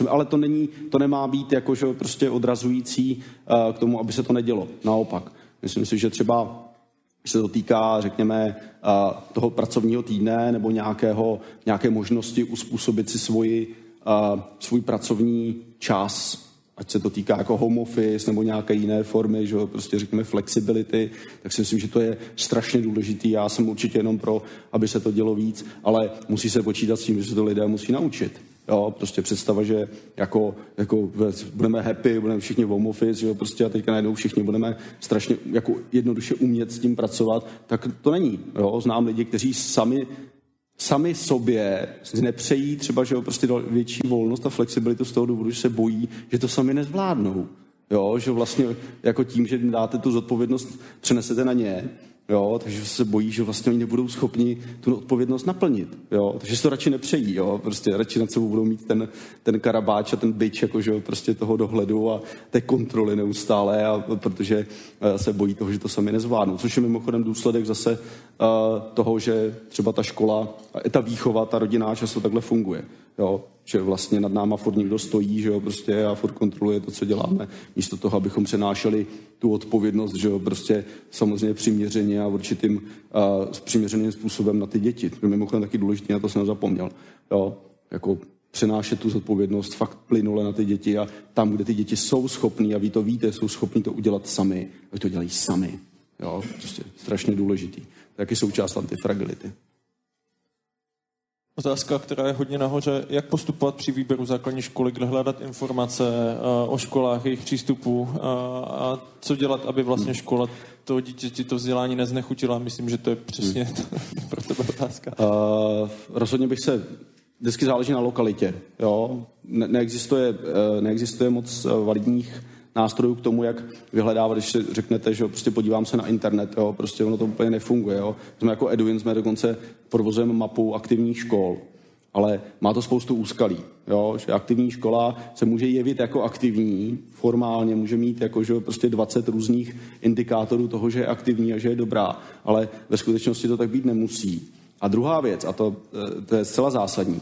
ale to není, to nemá být jako, že prostě odrazující k tomu, aby se to nedělo. Naopak. Myslím si, že třeba se to týká, řekněme, toho pracovního týdne nebo nějakého, nějaké možnosti uspůsobit si svoji, svůj pracovní čas, ať se to týká jako home office nebo nějaké jiné formy, že prostě řekněme flexibility, tak si myslím, že to je strašně důležitý. Já jsem určitě jenom pro, aby se to dělo víc, ale musí se počítat s tím, že se to lidé musí naučit. Jo, prostě představa, že jako, jako budeme happy, budeme všichni v home office, jo, prostě a teďka najednou všichni budeme strašně jako jednoduše umět s tím pracovat, tak to není. Jo. Znám lidi, kteří sami, sami sobě nepřejí třeba, že jo, prostě větší volnost a flexibilitu z toho důvodu, že se bojí, že to sami nezvládnou. Jo, že vlastně jako tím, že dáte tu zodpovědnost, přenesete na ně, jo, takže se bojí, že vlastně oni nebudou schopni tu odpovědnost naplnit, jo, takže si to radši nepřejí, jo, prostě radši nad sebou budou mít ten, ten karabáč a ten bič, jako, že jo, prostě toho dohledu a té kontroly neustále, a, protože uh, se bojí toho, že to sami nezvládnou, což je mimochodem důsledek zase uh, toho, že třeba ta škola, ta výchova, ta rodinná často takhle funguje, jo, že vlastně nad náma furt někdo stojí, že jo, prostě a furt kontroluje to, co děláme, místo toho, abychom přenášeli tu odpovědnost, že jo, prostě samozřejmě přiměřeně a určitým uh, přiměřeným způsobem na ty děti. To je mimochodem taky důležité, na to jsem zapomněl, jo, jako přenášet tu zodpovědnost fakt plynule na ty děti a tam, kde ty děti jsou schopní, a vy to víte, jsou schopní to udělat sami, a to dělají sami, jo, prostě strašně důležitý. To je taky součást antifragility. Otázka, která je hodně nahoře, jak postupovat při výběru základní školy, kde hledat informace uh, o školách, jejich přístupu uh, a co dělat, aby vlastně škola toho dítěti to vzdělání neznechutila. Myslím, že to je přesně hmm. pro tebe otázka. Uh, rozhodně bych se, vždycky záleží na lokalitě. Jo? Ne- neexistuje, neexistuje moc validních nástrojů k tomu, jak vyhledávat, když si řeknete, že prostě podívám se na internet, jo, prostě ono to úplně nefunguje. Jo. Jsme jako Edwin, jsme dokonce provozujeme mapu aktivních škol, ale má to spoustu úskalí. Jo, že aktivní škola se může jevit jako aktivní, formálně může mít jako, že prostě dvacet různých indikátorů toho, že je aktivní a že je dobrá, ale ve skutečnosti to tak být nemusí. A druhá věc, a to, to je zcela zásadní,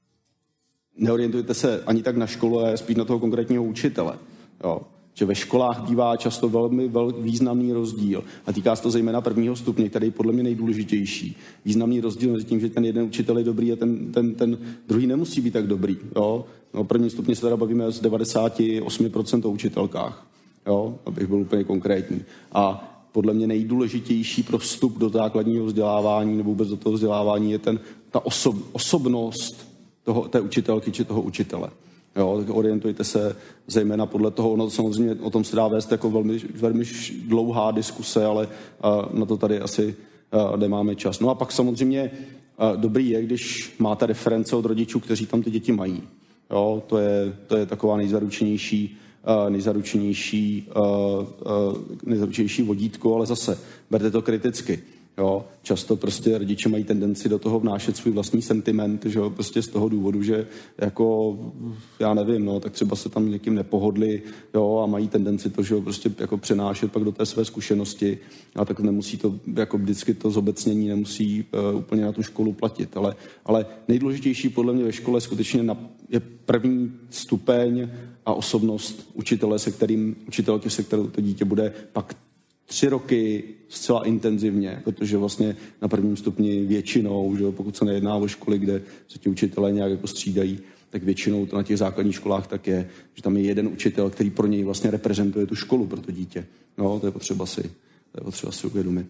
neorientujte se ani tak na školu, ale spíš na toho konkrétního učitele. Jo. Že ve školách bývá často velmi velký významný rozdíl. A týká se to zejména prvního stupně, který je podle mě nejdůležitější. Významný rozdíl mezi tím, že ten jeden učitel je dobrý a ten, ten, ten druhý nemusí být tak dobrý. Jo? No, první stupně se teda bavíme z devadesát osm procent o učitelkách, jo? Abych byl úplně konkrétní. A podle mě nejdůležitější pro vstup do základního vzdělávání nebo vůbec do toho vzdělávání je ten, ta osob, osobnost toho, té učitelky či toho učitele. Jo, tak orientujte se zejména podle toho, no samozřejmě o tom se dá vést jako velmi, velmi dlouhá diskuse, ale uh, na to tady asi uh, nemáme čas. No a pak samozřejmě uh, dobrý je, když máte reference od rodičů, kteří tam ty děti mají. Jo, to je, to je taková nejzaručenější, uh, nejzaručenější, uh, uh, nejzaručenější vodítko, ale zase berte to kriticky. Jo, často prostě rodiče mají tendenci do toho vnášet svůj vlastní sentiment, že jo, prostě z toho důvodu, že jako, já nevím, no, tak třeba se tam někým nepohodli, jo, a mají tendenci to, že jo, prostě jako přenášet pak do té své zkušenosti, a tak nemusí to, jako vždycky to zobecnění nemusí uh, úplně na tu školu platit, ale, ale nejdůležitější podle mě ve škole skutečně na, je první stupeň a osobnost učitele, se kterým, učitelky, se kterou to dítě bude pak tři roky zcela intenzivně, protože vlastně na prvním stupni většinou, že pokud se nejedná o školy, kde se ti učitelé nějak jako střídají, tak většinou to na těch základních školách tak je, že tam je jeden učitel, který pro něj vlastně reprezentuje tu školu pro to dítě. No, to je potřeba si, to je potřeba si uvědomit.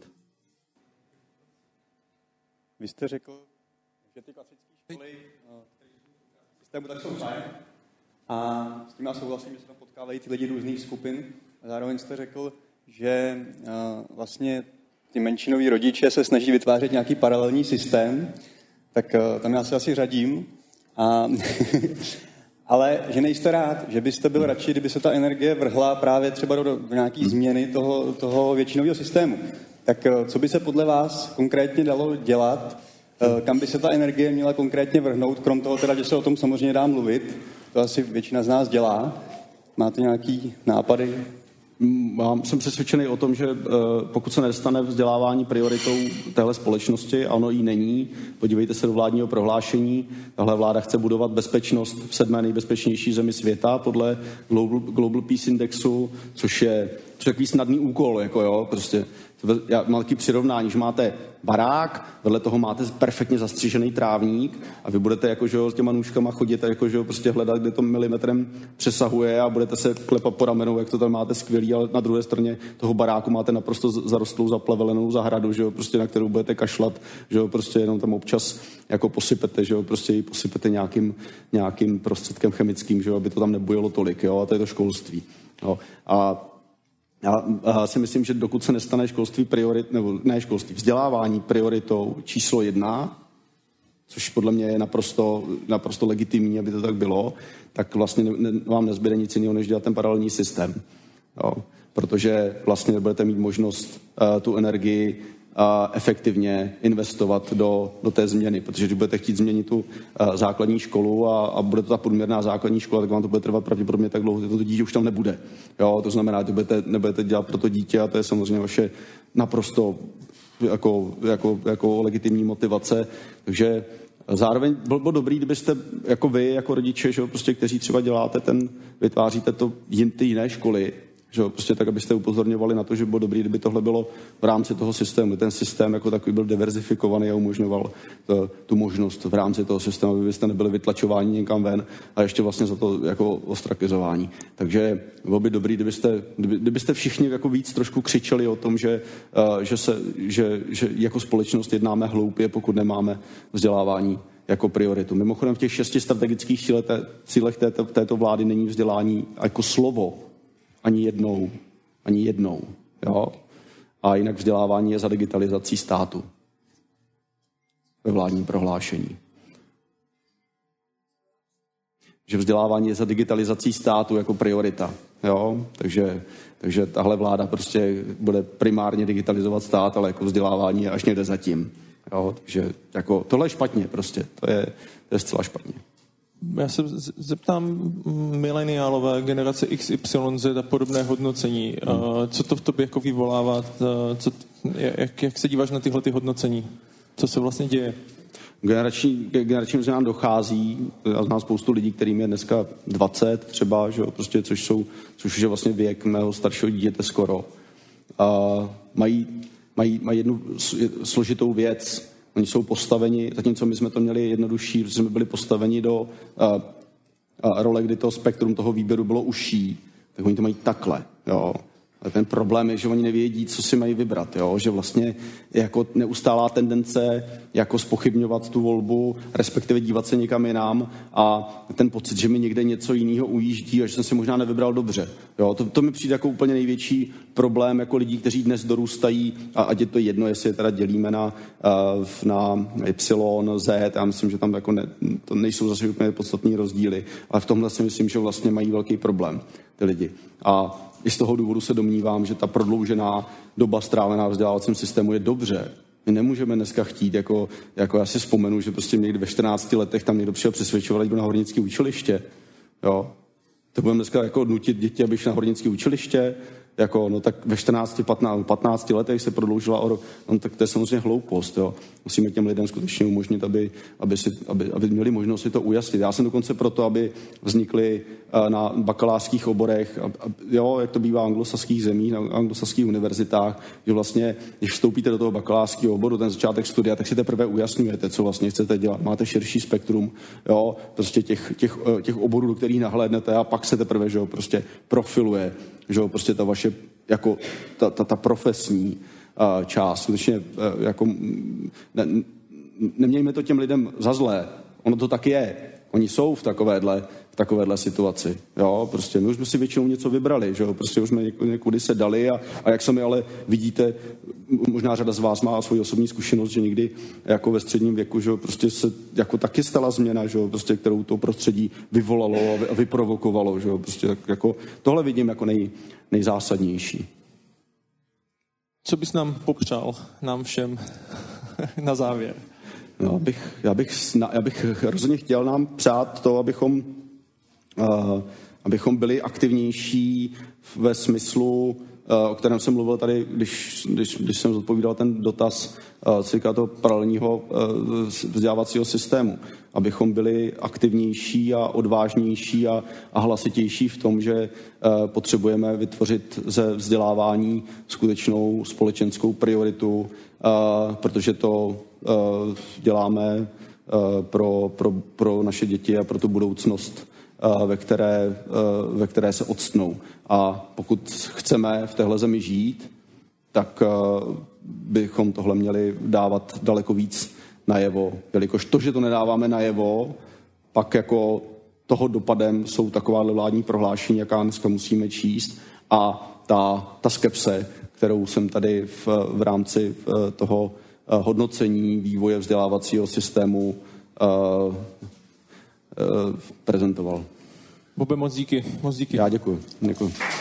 Vy jste řekl, že ty klasické školy, které jsou systému, tak jsou fajn. A s tím já souhlasím, že se tam potkávají ty lidi různých skupin. A zároveň jste řekl, že uh, vlastně ty menšinoví rodiče se snaží vytvářet nějaký paralelní systém, tak uh, tam já se asi řadím. A ale že nejste rád, že byste byl radši, kdyby se ta energie vrhla právě třeba do, do nějaký změny toho, toho většinového systému. Tak uh, co by se podle vás konkrétně dalo dělat, uh, kam by se ta energie měla konkrétně vrhnout, krom toho teda, že se o tom samozřejmě dá mluvit, to asi většina z nás dělá. Máte nějaký nápady? Mám, jsem přesvědčený o tom, že pokud se nedostane vzdělávání prioritou téhle společnosti, a ono jí není, podívejte se do vládního prohlášení, tahle vláda chce budovat bezpečnost v sedmé nejbezpečnější zemi světa podle Global, Global Peace Indexu, což je, což je takový snadný úkol, jako jo, prostě. Já mám taky přirovnání, že máte barák, vedle toho máte perfektně zastřížený trávník a vy budete jako, že jo, s těma nůžkama chodit a jako, že jo, prostě hledat, kde to milimetrem přesahuje a budete se klepat po ramenou, jak to tam máte skvělý, ale na druhé straně toho baráku máte naprosto zarostlou, zaplevelenou zahradu, že jo, prostě na kterou budete kašlat, že jo, prostě jenom tam občas jako posypete, že jo, prostě ji posypete nějakým, nějakým prostředkem chemickým, že jo, aby to tam nebojilo tolik, jo, a to je to školství. Jo. A Já si myslím, že dokud se nestane školství priorit, nebo ne školství, vzdělávání prioritou číslo jedna, což podle mě je naprosto, naprosto legitimní, aby to tak bylo, tak vlastně ne, vám nezbyde nic jiného, než dělat ten paralelní systém. Jo. Protože vlastně nebudete mít možnost uh, tu energii a efektivně investovat do, do té změny, protože když budete chtít změnit tu uh, základní školu a, a bude to ta průměrná základní škola, tak vám to bude trvat pravděpodobně tak dlouho, že to dítě už tam nebude. Jo, to znamená, že to budete, nebudete dělat pro to dítě a to je samozřejmě vaše naprosto jako, jako, jako legitimní motivace. Takže zároveň bylo, bylo dobrý, kdybyste jako vy, jako rodiče, že, prostě, kteří třeba děláte ten, vytváříte to jin, ty jiné školy, že jo, prostě tak, abyste upozorňovali na to, že bylo dobrý, kdyby tohle bylo v rámci toho systému. Ten systém jako takový byl diverzifikovaný a umožňoval to, tu možnost v rámci toho systému, abyste nebyli vytlačováni někam ven a ještě vlastně za to jako ostrakizování. Takže bylo by dobrý, kdybyste, kdyby, kdybyste všichni jako víc trošku křičeli o tom, že, uh, že, se, že, že jako společnost jednáme hloupě, pokud nemáme vzdělávání jako prioritu. Mimochodem v těch šesti strategických cílech této, této vlády není vzdělání jako slovo, ani jednou, ani jednou, jo. A jinak vzdělávání je za digitalizací státu ve vládním prohlášení. Že vzdělávání je za digitalizací státu jako priorita, jo. Takže, takže tahle vláda prostě bude primárně digitalizovat stát, ale jako vzdělávání je až někde zatím, jo. Takže jako tohle je špatně prostě, to je, to je zcela špatně. Já se zeptám mileniálové, generace X, Y, Z a podobné hodnocení. Hmm. Co to v tobě jako vyvolává? Co, jak, jak se díváš na tyhle ty hodnocení? Co se vlastně děje? Generační, generačním změnám dochází. Já znám spoustu lidí, kterým je dneska dvacet třeba, že jo, prostě, což, jsou, což je vlastně věk mého staršího dítěte skoro. A mají, mají, mají jednu složitou věc. Oni jsou postaveni, zatímco my jsme to měli jednodušší, protože jsme byli postaveni do uh, uh, role, kdy to spektrum toho výběru bylo užší, tak oni to mají takhle, jo. A ten problém je, že oni nevědí, co si mají vybrat, jo? Že vlastně jako neustálá tendence jako zpochybňovat tu volbu, respektive dívat se někam jinam a ten pocit, že mi někde něco jiného ujíždí a že jsem si možná nevybral dobře. Jo? To, to mi přijde jako úplně největší problém jako lidí, kteří dnes dorůstají, a ať je to jedno, jestli je teda dělíme na, na Y, Z, já myslím, že tam jako ne, to nejsou zase úplně podstatný rozdíly, ale v tomhle si myslím, že vlastně mají velký problém ty lidi. A i z toho důvodu se domnívám, že ta prodloužená doba strávená v vzdělávacím systému je dobře. My nemůžeme dneska chtít, jako, jako já si vzpomenu, že prostě někdy ve čtrnácti letech tam někdo přišel přesvědčovat, jdu na hornické učiliště. Jo. To budeme dneska jako nutit děti, aby šli na hornické učiliště. Jako, no tak ve čtrnácti, patnácti letech se prodloužila o rok, no tak to je samozřejmě hloupost, jo. Musíme těm lidem skutečně umožnit, aby, aby, si, aby, aby měli možnost si to ujasnit. Já jsem dokonce proto, aby vznikly uh, na bakalářských oborech, a, a, jo, jak to bývá v anglosaských zemích, na anglosaských univerzitách, že vlastně, když vstoupíte do toho bakalářského oboru, ten začátek studia, tak si teprve ujasňujete, co vlastně chcete dělat. Máte širší spektrum, jo, prostě těch, těch, těch oborů, do kterých nahlédnete a pak se teprve, že jo, prostě profiluje, že jo, prostě ta vaše, jako ta, ta, ta profesní uh, část, skutečně uh, jako ne, nemějme to těm lidem za zlé, ono to tak je, oni jsou v takovéhle, v takovéhle situaci, jo, prostě my už jsme si většinou něco vybrali, že jo, prostě už jsme něk, někudy se dali a, a jak sami ale vidíte, možná řada z vás má svoji osobní zkušenost, že někdy jako ve středním věku, že jo, prostě se jako taky stala změna, že jo, prostě kterou to prostředí vyvolalo a vyprovokovalo, že jo, prostě tak jako tohle vidím jako nej, nejzásadnější. Co bys nám popřál, nám všem na závěr? No, abych, já, bych, já bych hrozně chtěl nám přát to, abychom, uh, abychom byli aktivnější ve smyslu, o kterém jsem mluvil tady, když, když, když jsem zodpovídal ten dotaz cca toho paralelního vzdělávacího systému. Abychom byli aktivnější a odvážnější a, a hlasitější v tom, že potřebujeme vytvořit ze vzdělávání skutečnou společenskou prioritu, protože to děláme pro, pro, pro naše děti a pro tu budoucnost, ve které, ve které se odstnou. A pokud chceme v téhle zemi žít, tak bychom tohle měli dávat daleko víc najevo. Jelikož to, že to nedáváme najevo, pak jako toho dopadem jsou takováhle vládní prohlášení, jaká dneska musíme číst, a ta, ta skepse, kterou jsem tady v, v rámci toho hodnocení vývoje vzdělávacího systému uh, uh, prezentoval. Bobe, moc díky. Moc díky. Já děkuji. děkuji.